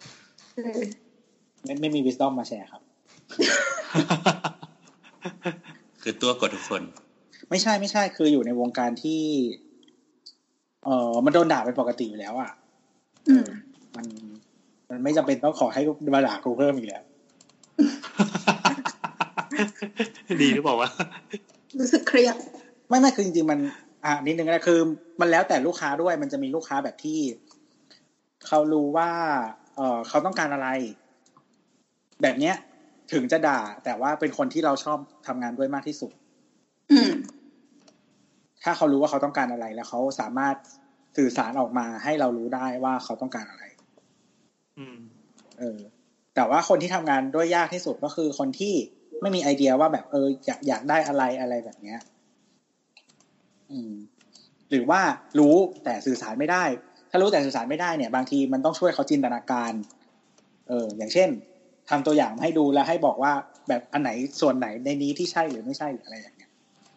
ไม่ไม่มี wisdom มาแชร์ครับคือตัวกดทุกคนไม่ใช่ไม่ใช่คืออยู่ในวงการที่เออมันโดนด่าเป็นปกติอยู่แล้วอ่ะมันมันไม่จำเป็นต้องขอให้มาด่ากูเพิ่มอีกแล้วดีหรือเปล่าวะรู้สึกเครียดไม่ไม่คือจริงๆมันอ่ะนิดนึงนะคือมันแล้วแต่ลูกค้าด้วยมันจะมีลูกค้าแบบที่เขารู้ว่าเออเขาต้องการอะไรแบบเนี้ยถึงจะด่าแต่ว่าเป็นคนที่เราชอบทำงานด้วยมากที่สุดอืมถ้าเขารู้ว่าเขาต้องการอะไรแล้วเขาสามารถสื่อสารออกมาให้เรารู้ได้ว่าเขาต้องการอะไรอืมเออแต่ว่าคนที่ทำงานด้วยยากที่สุดก็คือคนที่ไม่มีไอเดียว่าแบบเอออยากอยากได้อะไรอะไรแบบเนี้ยอืมหรือว่ารู้แต่สื่อสารไม่ได้ถ้ารู้แต่สื่อสารไม่ได้เนี่ยบางทีมันต้องช่วยเขาจินตนาการเอออย่างเช่นทำตัวอย่างให้ดูแล้วให้บอกว่าแบบอันไหนส่วนไหนในนี้ที่ใช่หรือไม่ใช่หรืออะไรอย่างเงี้ย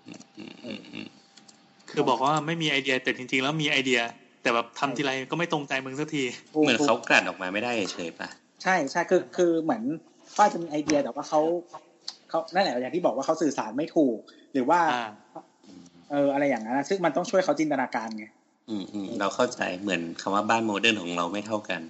คือบอกว่าไม่มีไอเดียแต่จริงๆแล้วมีไอเดียแต่แบบทำทีไรก็ไม่ตรงใจมึงสักทีเหมือนเขากลั่นออกมาไม่ได้เฉยป่ะใช่ใช่คือคือเหมือนเขาจะมีไอเดียแต่ว่าเขาเขานั่นแหละอย่างที่บอกว่าเขาสื่อสารไม่ถูกหรือว่าเอออะไรอย่างนั้นซึ่งมันต้องช่วยเขาจินตนาการไงอืมอืมเราเข้าใจเหมือนคำว่าบ้านโมเดิร์นของเราไม่เท่ากัน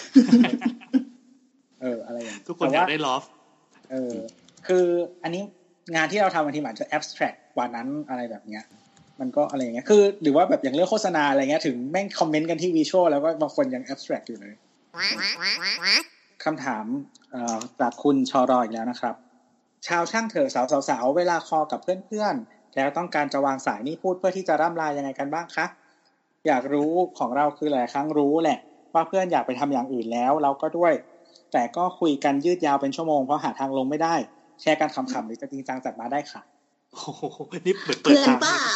เอออะไรอย่างทุกคนอยากได้ลอฟเออคืออันนี้งานที่เราทำบางทีอาจจะแอบสแตรกกว่านั้นอะไรแบบเนี้ยมันก็อะไรอย่างเงี้ยคือหรือว่าแบบอย่างเรื่องโฆษณาอะไรเงี้ยถึงแม่งคอมเมนต์กันที่วิชวลแล้วก็บางคนยังแอบสแตรกอยู่เลยคำถามจากคุณชอรออีกแล้วนะครับชาวช่างเถอะสาวๆเวลาคอกับเพื่อนๆแล้วต้องการจะวางสายนี่พูดเพื่อที่จะร่ำลายังไงกันบ้างคะอยากรู้ของเราคือหลายครั้งรู้แหละว่าเพื่อนอยากไปทำอย่างอื่นแล้วเราก็ด้วยแต่ก็คุยกันยืดยาวเป็นชั่วโมงเพราะหาทางลงไม่ได้แชร์กันขำๆหรือจะจริงจังจัดมาได้ค่ะโอ้โหนี่เปิดเพื่อนเปล่า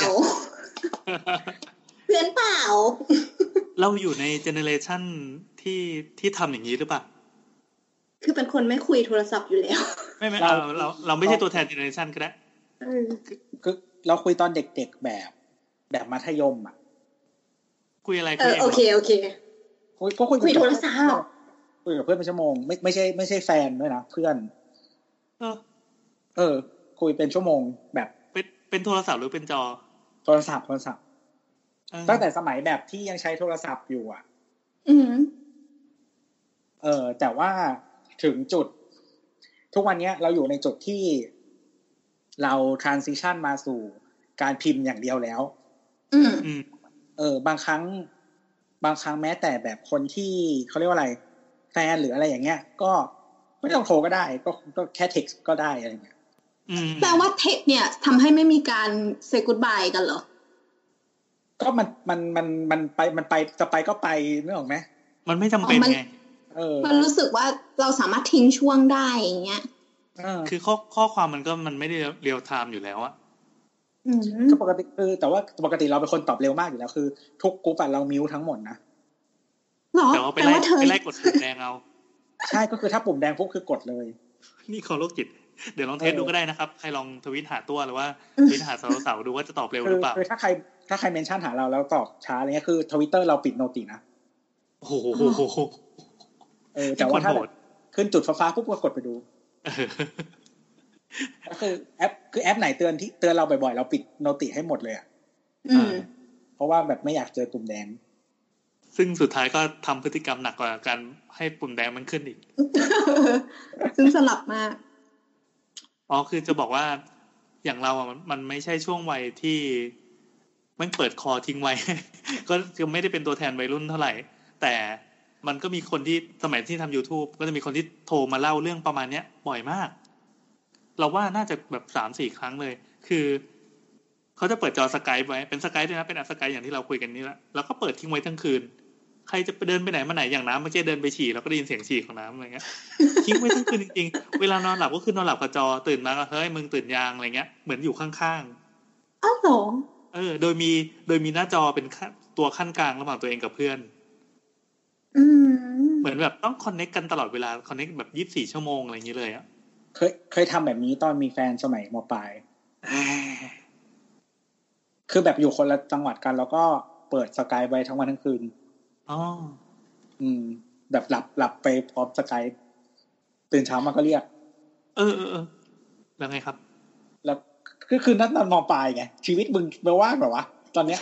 เพื่อนเปล่าเราอยู่ในเจเนเรชันที่ที่ทำอย่างนี้หรือเปล่าคือเป็นคนไม่คุยโทรศัพท์อยู่แล้วไม่ไม่เราเราเราไม่ใช่ตัวแทนเจเนเรชันก็ได้คือเราคุยตอนเด็กๆแบบแบบมัธยมอ่ะคุยอะไรคุยโอเคโอเคคุยก็คุยคุยโทรศัพท์คุยกับเพื่อนเป็นชั่วโมงไม่ไม่ใช่ไม่ใช่แฟนด้วยนะเพื่อนเออเออคุยเป็นชั่วโมงแบบเป็นเป็นโทรศัพท์หรือเป็นจอโทรศัพท์โทรศัพท์ตั้งแต่สมัยแบบที่ยังใช้โทรศัพท์อยู่อ่ะอืมเออแต่ว่าถึงจุดทุกวันนี้เราอยู่ในจุดที่เรา transition มาสู่การพิมพ์อย่างเดียวแล้วอืมเออบางครั้งบางครั้งแม้แต่แบบคนที่เขาเรียกว่าอะไรแฟนหรืออะไรอย่างเงี้ยก็ไม่ต้องโทรก็ได้ก็ก็แค่ text ก็ได้อะไรเงี้ยแปลว่า text เนี่ยทำให้ไม่มีการ say goodbye กันเหรอก็มันมันมันมันไปมันไปจะไปก็ไปนึกออกไหมมันไม่จำเป็นไงเออมันรู้สึกว่าเราสามารถทิ้งช่วงได้อย่างเงี้ยคือข้อข้อความมันก็มันไม่ได้เรียลไทม์อยู่แล้วอะก็ปกติคือแต่ว่าปกติเราเป็นคนตอบเร็วมากอยู่แล้วคือทุกกรุ๊ปเรามิวทั้งหมดนะแต่ว่าไปไล่ไปไล่กดปุ่มแดงเอาใช่ก็คือถ้าปุ่มแดงปุ๊บคือกดเลยนี่ขอโรคจิตเดี๋ยวลองเทสดูก็ได้นะครับใครลองทวิตหาตัวหรือว่าทวิตหาสาวๆดูว่าจะตอบเร็วหรือเปล่าคือถ้าใครถ้าใครเมนชั่นหาเราแล้วตอบช้าอะไรเงี้ยคือ Twitter เราปิดโนตินะโอ้โหเออแต่ว่าถ้าขึ้นจุดฟ้าๆปุ๊บก็กดไปดูก็คือแอปคือแอปไหนเตือนที่เตือนเราบ่อยๆเราปิดโนติให้หมดเลยอ่ะเพราะว่าแบบไม่อยากเจอปุ่มแดงซึ่งสุดท้ายก็ทำพฤติกรรมหนักกว่าการให้ปุ่มแดงมันขึ้นอีกซึ่งสลับมากอ๋อคือจะบอกว่าอย่างเราอ่ะมันไม่ใช่ช่วงวัยที่มันเปิดคอทิ้งไว้ก็จะไม่ได้เป็นตัวแทนวัยรุ่นเท่าไหร่แต่มันก็มีคนที่สมัยที่ทำ YouTube ก็จะมีคนที่โทรมาเล่าเรื่องประมาณเนี้ยบ่อยมากเราว่าน่าจะแบบ สามสี่ ครั้งเลยคือเขาจะเปิดจอ Skype ไว้เป็น Skype ด้วยนะเป็นแอป Skype อย่างที่เราคุยกันนี่แหละแล้วก็เปิดทิ้งไว้ทั้งคืนใครจะไปเดินไปไหนมาไหนอย่างน้ำเมื่อกี้เดินไปฉี่แล้วก็ได้ยินเสียงฉี่ของน้ำอะไรเงี้ยทิ้งไว้ทั้งคืนจริงๆเวลานอนหลับก็คือนอนหลับกับจอตื่นมาก็เฮ้ยมึงตื่นยังอะไรเงี้ยเหมือนอยู่ข้างๆอ้าวเหรอเออโดยมีโดยมีหน้าจอเป็นตัวขั้นกลางระหว่างตัวเองกับเพื่อนอืมเหมือนแบบต้องคอนเนคกันตลอดเวลาคอนเนคแบบยี่สิบสี่ชั่วโมงอะไรอย่างนี้เลยอ่ะเคยเคยทำแบบนี้ตอนมีแฟนสมัยม.ปลายคือแบบอยู่คนละจังหวัดกันแล้วก็เปิดสกายไว้ทั้งวันทั้งคืนอ๋ออืมแบบหลับหลับไปพร้อมสกายตื่นเช้ามาก็เรียกเออเออเออแล้วไงครับแล้วก็คือนั่นตอนม.ปลายไงชีวิตมึงไปว่างเหรอวะตอนเนี้ย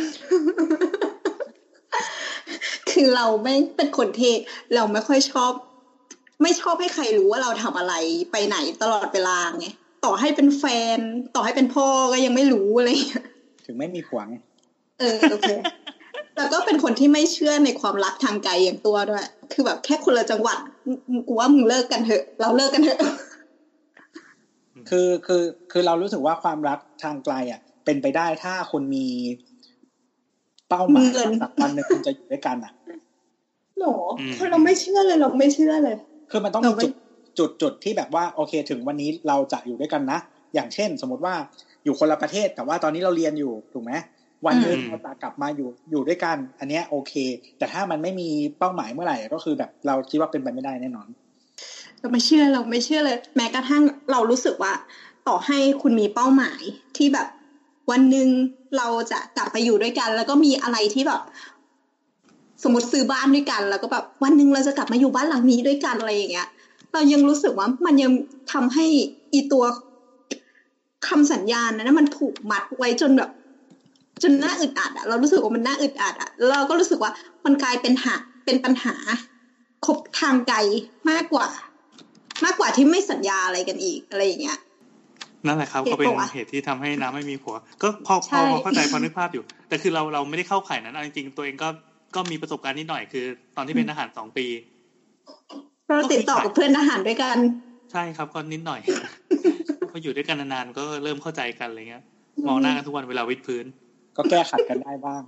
คือเราไม่เป็นคนที่เราไม่ค่อยชอบไม่ชอบให้ใครรู้ว่าเราทำอะไรไปไหนตลอดเวลาไงต่อให้เป็นแฟนต่อให้เป็นพ่อก็ยังไม่รู้อะไรถึงไม่มีผัวไงเออโอเคแล้วก็เป็นคนที่ไม่เชื่อในความรักทางไกลอย่างตัวด้วยคือแบบแค่คนละจังหวัดกูว่ามึงเลิกกันเถอะเราเลิกกันเถอะคือคือคือเรารู้สึกว่าความรักทางไกลอ่ะเป็นไปได้ถ้าคนมีเป้าหมายสักวันหนึ่งคุณจะอยู่ด้วยกันอ่ะหรอเราไม่เชื่อเลยเราไม่เชื่อเลยคือมันต้องมีจุดจุดจุดที่แบบว่าโอเคถึงวันนี้เราจะอยู่ด้วยกันนะอย่างเช่นสมมติว่าอยู่คนละประเทศแต่ว่าตอนนี้เราเรียนอยู่ถูกไหมวันนึงเราจะกลับมาอยู่อยู่ด้วยกันอันเนี้ยโอเคแต่ถ้ามันไม่มีเป้าหมายเมื่อไหร่ก็คือแบบเราคิดว่าเป็นไปไม่ได้แน่นอนเราไม่เชื่อเราไม่เชื่อเลยแม้กระทั่งเรารู้สึกว่าต่อให้คุณมีเป้าหมายที่แบบวันนึงเราจะกลับไปอยู่ด้วยกันแล้วก็มีอะไรที่แบบสมมติซื้อบ้านด้วยกันแล้วก็แบบวันนึงเราจะกลับมาอยู่บ้านหลังนี้ด้วยกันอะไรอย่างเงี้ยเรายังรู้สึกว่ามันยังทำให้อีตัวคำสัญญาณนั้นมันผูกมัดไว้จนแบบจนน่าอึดอัดอ่ะเรารู้สึกว่ามันน่าอึดอัดอ่ะเราก็รู้สึกว่ามันกลายเป็นหาเป็นปัญหาคบทางไกลมากกว่ามากกว่าที่ไม่สัญญาอะไรกันอีกอะไรอย่างเงี้ยนั่นแหละครับก็เป็นเหตุที่ทำให้น้ำไม่มีผัวก็พอพอเข้าใจพอนึกภาพอยู่แต่คือเราเราไม่ได้เข้าข่ายนั้นเอาจริงๆตัวเองก็ก็มีประสบการณ์นิดหน่อยคือตอนที่เป็นทหารสองปีเราติดต่อกับเพื่อนทหารด้วยกันใช่ครับก็นิดหน่อยพออยู่ด้วยกันนานๆก็เริ่มเข้าใจกันอะไรเงี้ยมองหน้ากันทุกวันเวลาวิดพื้นก็แก้ขัดกันได้บ้าง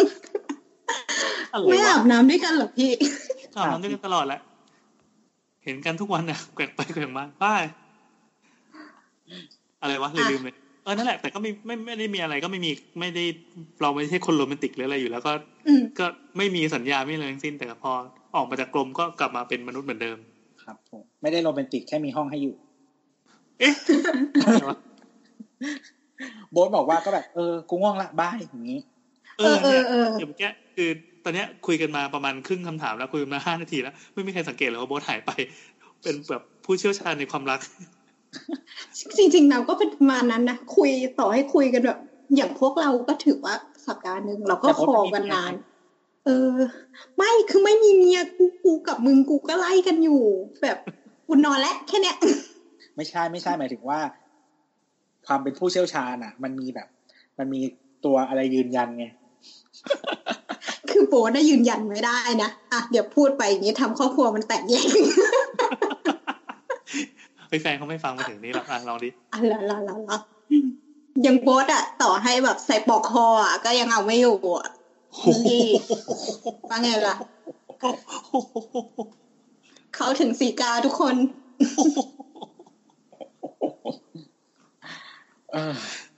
ไม่อาบน้ำด้วยกันหรอพี่อาบน้ำด้วยกันตลอดแหละเห็นกันทุกวันน่ะแกว่งไปแกว่งมาป้ายอะไรวะลืมเลยเออนั่นแหละแต่ก็ไม่ไม่ไม่ได้มีอะไรก็ไม่มีไม่ได้เราไม่ใช่คนโรแมนติกหรืออะไรอยู่แล้วก็ก็ไม่มีสัญญาไม่เลยทั้งสิ้นแต่พอออกมาจากกรมก็กลับมาเป็นมนุษย์เหมือนเดิมครับผมไม่ได้โรแมนติกแค่มีห้องให้อยู่เอ๊ะโบ๊ทบอกว่าก็แบบเออกูง่วงละบายอย่างนี้เออเออเออเดี๋ยวเมื่อกี้คือตอนเนี้ยคุยกันมาประมาณครึ่งคำถามแล้วคุยมาห้านาทีแล้วไม่มีใครสังเกตเลยว่าโบ๊ทหายไปเป็นแบบผู้เชี่ยวชาญในความรักจริงๆเราก็เป็นประมาณนั้นนะคุยต่อให้คุยกันแบบอย่างพวกเราก็ถือว่าสัปดาห์นึงเราก็คอกันนานเออไม่คือไม่มีเมียกูกูกับมึงกูก็ไล่กันอยู่แบบกูนอนแล้วแค่เนี้ยไม่ใช่ไม่ใช่หมายถึงว่าความเป็นผู้เชี่ยวชาญอ่ะมันมีแบบมันมีตัวอะไรยืนยันไงคือโป๊ได้ยืนยันไม่ได้นะอ่ะเดี๋ยวพูดไปอย่างนี้ทำครอบครัวมันแตกแยกแฟนเขาไม่ฟังมาถึงนี้หรอกอ่ะลองดิอ่ะละละละละยังโป๊อ่ะต่อให้แบบใส่ปลอกคออ่ะก็ยังเอาไม่อยู่อ่ะนี่ว่าไงล่ะเขาถึงสีกาทุกคนเออ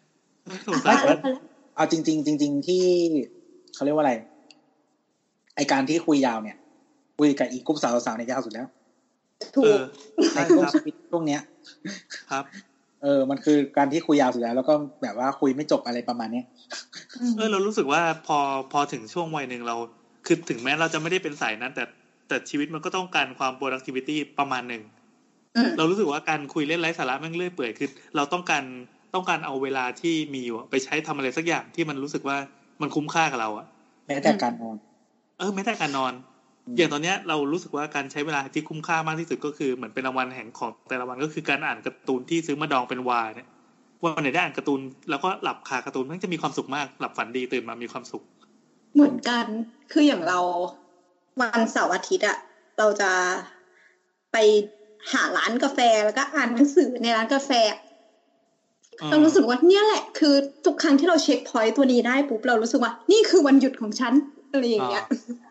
เอาจริงๆจริงๆที่เขาเรียกว่าอะไรไอการที่คุยยาวเนี่ยคุยกับอีกลุ่มสาวๆเนี่ยยาวสุดแล้วถูกในช่วงชีวิตช่วงเนี้ยครับเออมันคือการที่คุยยาวสุดแล้วแล้วก็แบบว่าคุยไม่จบอะไรประมาณนี้เออเรารู้สึกว่าพอพอถึงช่วงวัยนึงเราคือถึงแม้เราจะไม่ได้เป็นสายนั้นแต่แต่ชีวิตมันก็ต้องการความ productivity ประมาณนึงเรารู้สึกว่าการคุยเล่นไร้สาระแม่งเลื่อยเปื่อยคือเราต้องการต้องการเอาเวลาที่มีอยู่ไปใช้ทำอะไรสักอย่างที่มันรู้สึกว่ามันคุ้มค่ากับเราอะแม้แต่การนอนเออแม้แต่การนอนอย่างตอนเนี้ยเรารู้สึกว่าการใช้เวลาที่คุ้มค่ามากที่สุดก็คือเหมือนเป็นรางวัลแห่งของแต่ละวันก็คือการอ่านการ์ตูนที่ซื้อมาดองเป็นวายเนี่ยวันไหนได้อ่านการ์ตูนแล้วก็หลับคาการ์ตูนมันจะมีความสุขมากหลับฝันดีตื่นมามีความสุขเหมือนกันคืออย่างเราวันเสาร์อาทิตย์อะเราจะไปหาร้านกาแฟแล้วก็อ่านหนังสือในร้านกาแฟเรารู้สึกว่าเนี่ยแหละคือทุกครั้งที่เราเช็คพอยต์ตัวนี้ได้ปุ๊บเรารู้สึกว่านี่คือวันหยุดของฉันอะไรอย่างเงี้ย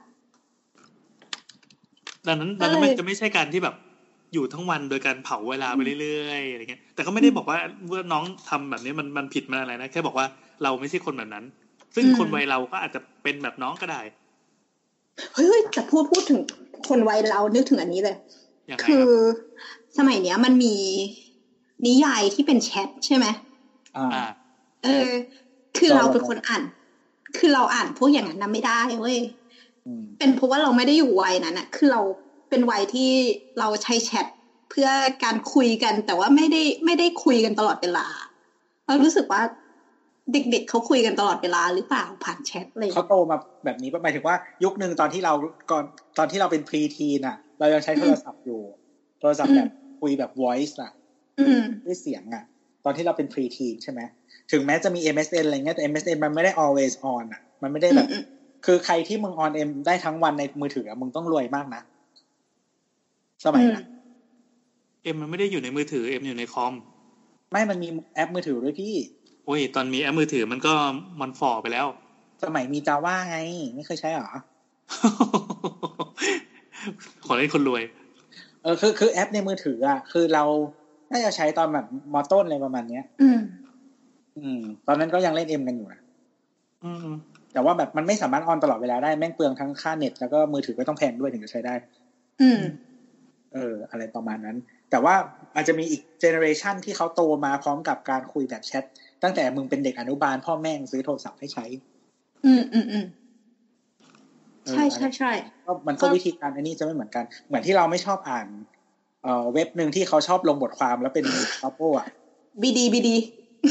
ดังนั้นดังนั้นมันจะไม่ใช่การที่แบบอยู่ทั้งวันโดยการเผาเวลาไปเรื่อยๆอะไรเงี้ยแต่ก็ไม่ได้บอกว่าเมื่อน้องทำแบบนี้มันมันผิดมันอะไรนะแค่บอกว่าเราไม่ใช่คนแบบนั้นซึ่งคนวัยเราก็อาจจะเป็นแบบน้องก็ได้เฮ้ยแต่พูดพูดถึงคนวัยเรานึกถึงอันนี้เลยคือสมัยเนี้ยมันมีนิยายที่เป็นแชทใช่ไหมอ่าเออคือเราเป็นคนอ่านคือเราอ่านพวกอย่างนั้นไม่ได้เว้ยเป็นเพราะว่าเราไม่ได้อยู่วัยนั้นน่ะคือเราเป็นวัยที่เราใช้แชทเพื่อการคุยกันแต่ว่าไม่ได้ไม่ได้คุยกันตลอดเวลาเรารู้สึกว่าเด็กๆเขาคุยกันตลอดเวลาหรือเปล่าผ่านแชทเลยเขาโตมาแบบนี้หมายถึงว่ายุคนึงตอนที่เราก่อนตอนที่เราเป็นพรีทีนน่ะเรายังใช้โทรศัพท์อยู่โทรศัพท์แบบคุยแบบ voice น่ะด้วยเสียงอ่ะตอนที่เราเป็น pre teen ใช่ไหมถึงแม้จะมี เอ็ม เอส เอ็น อะไรเงี้ยแต่ เอ็ม เอส เอ็น มันไม่ได้ always on อ่ะมันไม่ได้แบบคือใครที่มึง on เอ็มได้ทั้งวันในมือถือมึงต้องรวยมากนะสมัยนั้นเอ็มมันไม่ได้อยู่ในมือถือเอ็มอยู่ในคอมไม่มันมีแอปมือถือด้วยพี่โอ้ยตอนมีแอปมือถือมันก็มันฝ่อไปแล้วสมัยมี Java ไงไม่เคยใช้หรอขอเล่นคนรวยเออคือคือแอปในมือถืออ่ะคือเราน่าจะใช้ตอนแบบม.ต้นอะไรประมาณเนี้ยอืมอืมตอนนั้นก็ยังเล่นเอ็มกันอยู่นะอืมแต่ว่าแบบมันไม่สามารถออนตลอดเวลาได้แม่งเปลืองทั้งค่าเน็ตแล้วก็มือถือก็ต้องแพงด้วยถึงจะใช้ได้อืมเอออะไรประมาณนั้นแต่ว่าอาจจะมีอีกเจเนอเรชันที่เขาโตมาพร้อมกับการคุยแบบแชทตั้งแต่มึงเป็นเด็กอนุบาลพ่อแม่ซื้อโทรศัพท์ให้ใช้อืมอืมอืมใช่ใช่ใช่ก็มันก็วิธีการอันนี้จะไม่เหมือนกันเหมือนที่เราไม่ชอบอ่านเอ่อเว็บนึงที่เขาชอบลงบทความแล้วเป็นบับเบิ้ลอ่ะบีดีบีดี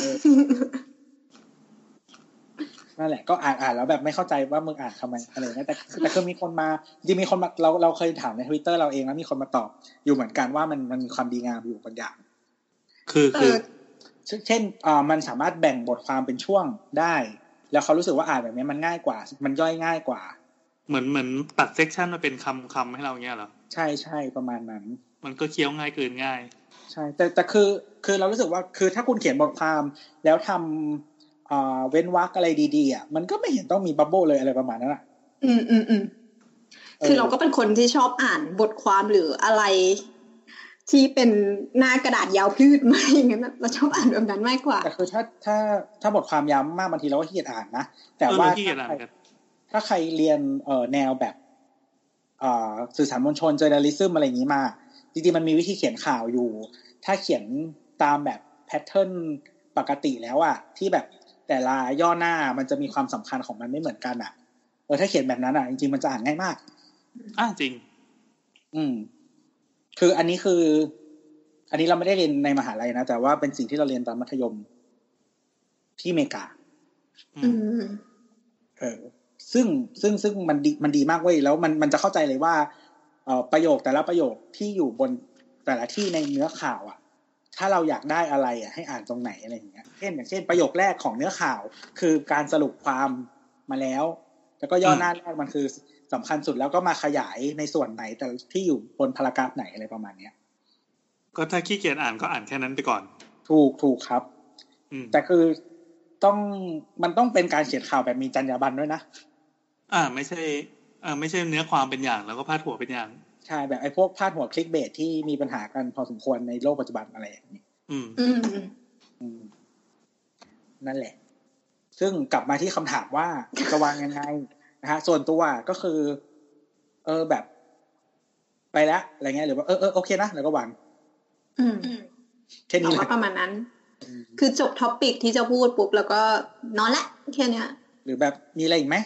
นั่นแหละก็อ่านอ่านแล้วแบบไม่เข้าใจว่ามึงอ่านทำไมอะไรนะแต่แต่คือมีคนมาจริงมีคนมาเราเราเคยถามใน Twitter เราเองแล้วมีคนมาตอบอยู่เหมือนกันว่ามันมันมีความดีงามอยู่บางอย่างคือคือเช่นอ่ามันสามารถแบ่งบทความเป็นช่วงได้แล้วเขารู้สึกว่าอ่านแบบนี้มันง่ายกว่ามันย่อยง่ายกว่าเหมือนเหมือนตัดเซกชันมาเป็นคำคำให้เราเงี้ยเหรอใช่ใช่ประมาณนั้นมันก็เคี้ยวง่ายเกินง่ายใช่แต่แต่คือคือเรารู้สึกว่าคือถ้าคุณเขียนบทความแล้วทำอ่าเว้นวรรคอะไรดีๆอ่ะมันก็ไม่เห็นต้องมีบับเบิ้ลเลยอะไรประมาณนั้นอ่ะอืมอืมอืมคือเราก็เป็นคนที่ชอบอ่านบทความหรืออะไรที่เป็นหน้ากระดาษยาวพืชมาอย่างเงี้ยเราชอบอ่านแบบนั้นมากกว่าแต่คือถ้าถ้าถ้าบทความยาวมากบางทีเราก็ขี้เกียจอ่านนะแต่ว่าถ้าใครเรียนเอ่อแนวแบบอ่าสื่อสารมวลชน journalism อะไรอย่างนี้มาจริงๆมันมีวิธีเขียนข่าวอยู่ถ้าเขียนตามแบบแพทเทิร์นปกติแล้วอ่ะที่แบบแต่ละย่อหน้ามันจะมีความสำคัญของมันไม่เหมือนกันอ่ะเออถ้าเขียนแบบนั้นอ่ะจริงๆมันจะอ่านง่ายมากอ่าจริงอืมคืออันนี้คืออันนี้เราไม่ได้เรียนในมหาลัยนะแต่ว่าเป็นสิ่งที่เราเรียนตอนมัธยมที่อเมริกาอืมเออซึ่งซึ่งซึ่งมันดีมันดีมากเว้ยแล้วมันมันจะเข้าใจเลยว่าเอ่อประโยคแต่ละประโยคที่อยู่บนแต่ละที่ในเนื้อข่าวอ่ะถ้าเราอยากได้อะไรอ่ะให้อ่านตรงไหนอะไรอย่างเงี้ยเช่นอย่างเช่นประโยคแรกของเนื้อข่าวคือการสรุปความมาแล้วแล้วก็ย่อหน้าแรกมันคือสำคัญสุดแล้วก็มาขยายในส่วนไหนแต่ที่อยู่บนพารากราฟไหนอะไรประมาณเนี้ยก็ถ้าขี้เกียจอ่านก็อ่านแค่นั้นไปก่อนถูกถูกครับแต่คือต้องมันต้องเป็นการเขียนข่าวแบบมีจรรยาบรรณด้วยนะอ่าไม่ใช่อ่าไม่ใช่เนื้อความเป็นอย่างแล้วก็พาดหัวเป็นอย่างใช่แบบไอ้พวกพาดหัวคลิกเบสที่มีปัญหากันพอสมควรในโลกปัจจุบันอะไรอย่างนี้อืมอืมอืมนั่นแหละซึ่งกลับมาที่คำถามว่าจะวางยังไงนะฮะส่วนตัวก็คือเออแบบไปแล้วอะไรเงี้ยหรือว่าเออเออโอเคนะแล้วก็วางอืมแค่นี้ประมาณนั้น คือจบท็อปิกที่จะพูดปุ๊บแล้วก็นอนละแค่เนี้ยหรือแบบมีอะไรอีกไหม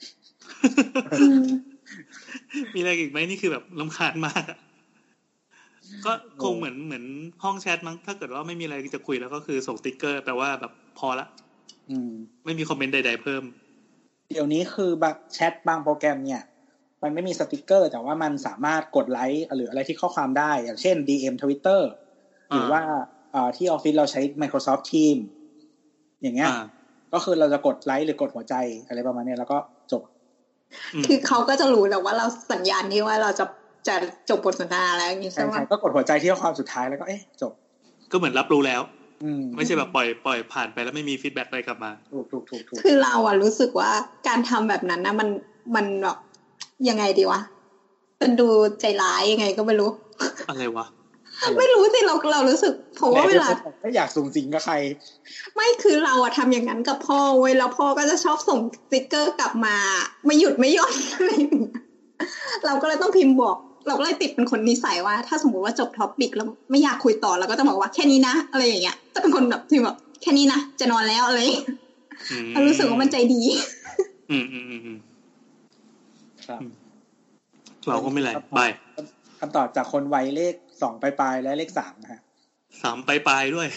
มีอะไรอีกไหมนี่คือแบบรำคาญมากก็คงเหมือนเหมือนห้องแชทมั้งถ้าเกิดว่าไม่มีอะไรจะคุยแล้วก็คือส่งสติ๊กเกอร์แปลว่าแบบพอละไม่มีคอมเมนต์ใดๆเพิ่มเดี๋ยวนี้คือแบบแชทบางโปรแกรมเนี่ยมันไม่มีสติ๊กเกอร์แต่ว่ามันสามารถกดไลค์หรืออะไรที่ข้อความได้อย่างเช่น ดี เอ็ม Twitter หรือว่าที่ออฟฟิศเราใช้ Microsoft Teams อย่างเงี้ยก็คือเราจะกดไลค์หรือกดหัวใจอะไรประมาณนี้แล้วก็จบคือเขาก็จะรู้แล้วว่าเราสัญญาณที่ว่าเราจะจะจบบทสนทนาแล้วอย่างนี้ใช่ไหมก็กดหัวใจที่ข้อความสุดท้ายแล้วก็เอ๊ะจบก็เหมือนรับรู้แล้วไม่ใช่แบบปล่อยปล่อยผ่านไปแล้วไม่มีฟีดแบ็กอะไรกลับมาถูกถูกถูกถูกคือเราอะรู้สึกว่าการทำแบบนั้นนะมันมันแบบยังไงดีวะเป็นดูใจร้ายยังไงก็ไม่รู้อะไรวะไม่รู้สิเราเรารู้สึกเพราะว่าเวลาไม่อยากส่งสิงกับใครไม่คือเราอะทำอย่างนั้นกับพ่อเว้ยแล้วพ่อก็จะชอบส่งสติ๊กเกอร์กลับมาไม่หยุดไม่หย่อนอะไรเราก็เลยต้องพิมพ์บอกเราก็เลยติดเป็นคนนิสัยว่าถ้าสมมติว่าจบท็อปิกแล้วไม่อยากคุยต่อเราก็จะบอกว่าแค่นี้นะอะไรอย่างเงี้ยจะเป็นคนแบบที่แบบแค่นี้นะจะนอนแล้วอะไรเรารู้สึกว่ามันใจดีอืมอืมอืมครับเราก็ไม่ไรบายคำตอบจากคนวัยเลขสองปลายๆและเลขสามนะฮะสามปลายๆด้วย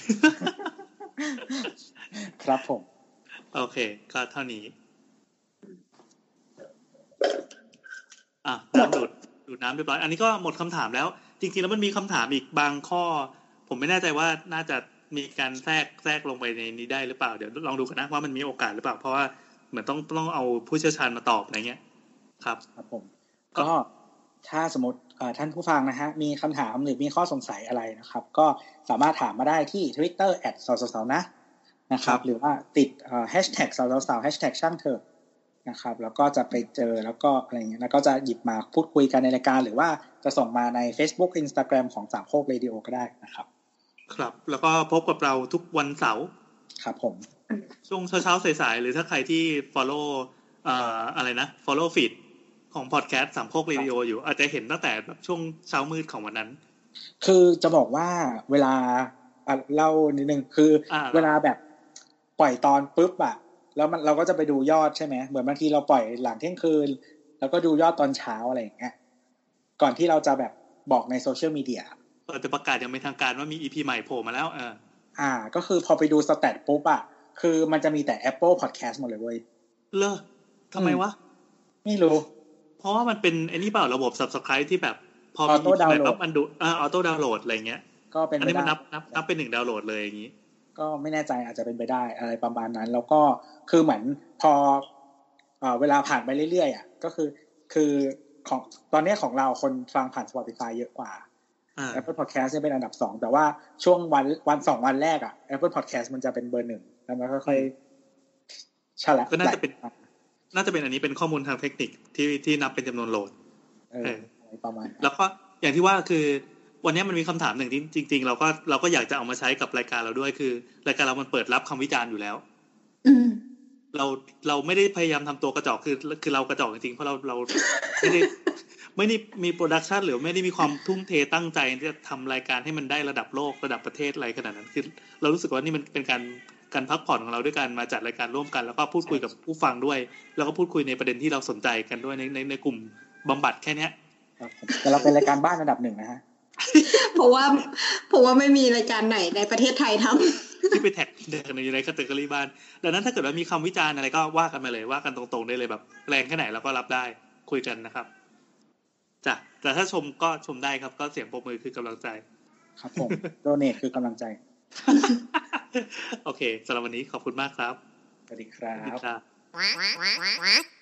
ครับผมโอเคก็เท่านี้อ่ะน้ำดูดดูดน้ำเรียบร้อยอันนี้ก็หมดคำถามแล้วจริงๆแล้วมันมีคำถามอีกบางข้อผมไม่แน่ใจว่าน่าจะมีการแทรกแทรกลงไปในนี้ได้หรือเปล่าเดี๋ยวลองดูกันนะว่ามันมีโอกาสหรือเปล่าเพราะว่าเหมือนต้องต้องเอาผู้เชี่ยวชาญมาตอบอะไรเงี้ยครับครับผมก็ถ้าสมมติท่านผู้ฟังนะฮะมีคำถามหรือมีข้อสงสัยอะไรนะครับก็สามารถถามมาได้ที่ Twitter แอท สาวสาวนะนะครับหรือว่าติดแฮชแท็กสาวสาวแฮชแท็กช่างเถอะนะครับแล้วก็จะไปเจอแล้วก็อะไรเงี้ยแล้วก็จะหยิบมาพูดคุยกันในรายการหรือว่าจะส่งมาใน Facebook Instagram ของสามโคกเรดิโอก็ได้นะครับครับแล้วก็พบกับเราทุกวันเสาร์ครับผมช่วงเช้าๆสายๆหรือถ้าใครที่ follow เอ่ออะไรนะ follow feed ของ podcast สามโคกเรดิโออยู่อาจจะเห็นตั้งแต่แบบช่วงเช้ามืดของวันนั้นคือจะบอกว่าเวลาเล่านิดนึงคือเวลาแบบปล่อยตอนปุ๊บอะแล้วมันเราก็จะไปดูยอดใช่ไหมเหมือนบางทีเราปล่อยหลังเที่ยงคืนแล้วก็ดูยอดตอนเช้าอะไรอย่างเงี้ยก่อนที่เราจะแบบบอกในโซเชียลมีเดียเออแต่ประกาศยังไม่ทางการว่ามี อี พี ใหม่โผล่มาแล้วเอออ่าก็คือพอไปดูสแตทปุ๊บอะคือมันจะมีแต่ Apple Podcast หมดเลยเว้ยเลอทำไมวะไม่รู้เพราะว่ามันเป็นไอ้นี่เปล่าระบบ Subscribe ที่แบบพอมีปั๊บมันดูอ่าออโต้ดาวน์โหลดอะไรเงี้ยก็เป็นอันนี้มันนับนับนับเป็นหนึ่งดาวน์โหลดเลยอย่างงี้ก็ไม่แน่ใจอาจจะเป็นไปได้อะไรประมาณนั้นแล้วก็คือเหมือนพอเอ่อเวลาผ่านไปเรื่อยๆอ่ะก็คือคือของตอนนี้ของเราคนฟังผ่าน Spotify เยอะกว่า Apple Podcast จะเป็นอันดับสองแต่ว่าช่วงวันวันสองวันแรกอ่ะ Apple Podcast มันจะเป็นเบอร์หนึ่งแล้วมันค่อยๆฉลับก็น่าจะเป็นน่าจะเป็นอันนี้เป็นข้อมูลทางเทคนิคที่ที่นับเป็นจำนวนโหลดเออประมาณแล้วก็อย่างที่ว่าคือวันนี้มันมีคำถามหนึ่งที่จริงๆเราก็เราก็อยากจะเอามาใช้กับรายการเราด้วยคือรายการเรามันเปิดรับคำวิจารณ์อยู่แล้วเราเราไม่ได้พยายามทำตัวกระจอกคือคือเรากระจอกจริงๆเพราะเราเราไม่ได้ไม่ได้มีโปรดักชันหรือไม่ได้มีความทุ่มเทตั้งใจที่จะทำรายการให้มันได้ระดับโลกระดับประเทศอะไรขนาดนั้นคือเรารู้สึกว่านี่มันเป็นการการพักผ่อนของเราด้วยการมาจัดรายการร่วมกันแล้วก็พูดคุยกับผู้ฟังด้วยแล้วก็พูดคุยในประเด็นที่เราสนใจกันด้วยในในในกลุ่มบำบัดแค่นี้แต่เราเป็นรายการบ้านระดับหนึ่งนะฮะเพราะว่าเพราะว่าไม่มีรายการไหนในประเทศไทยทำที่ไปแท็กเดินในในแคตตาล็อบ้านดังนั้นถ้าเกิดว่ามีคำวิจารณ์อะไรก็ว่ากันมาเลยว่ากันตรงๆได้เลยแบบแรงแค่ไหนเราก็รับได้คุยกันนะครับจ้ะแต่ถ้าชมก็ชมได้ครับก็เสียงปรบมือคือกำลังใจครับผมโดเนทคือกำลังใจโอเคสำหรับวันนี้ขอบคุณมากครับสวัสดีครับ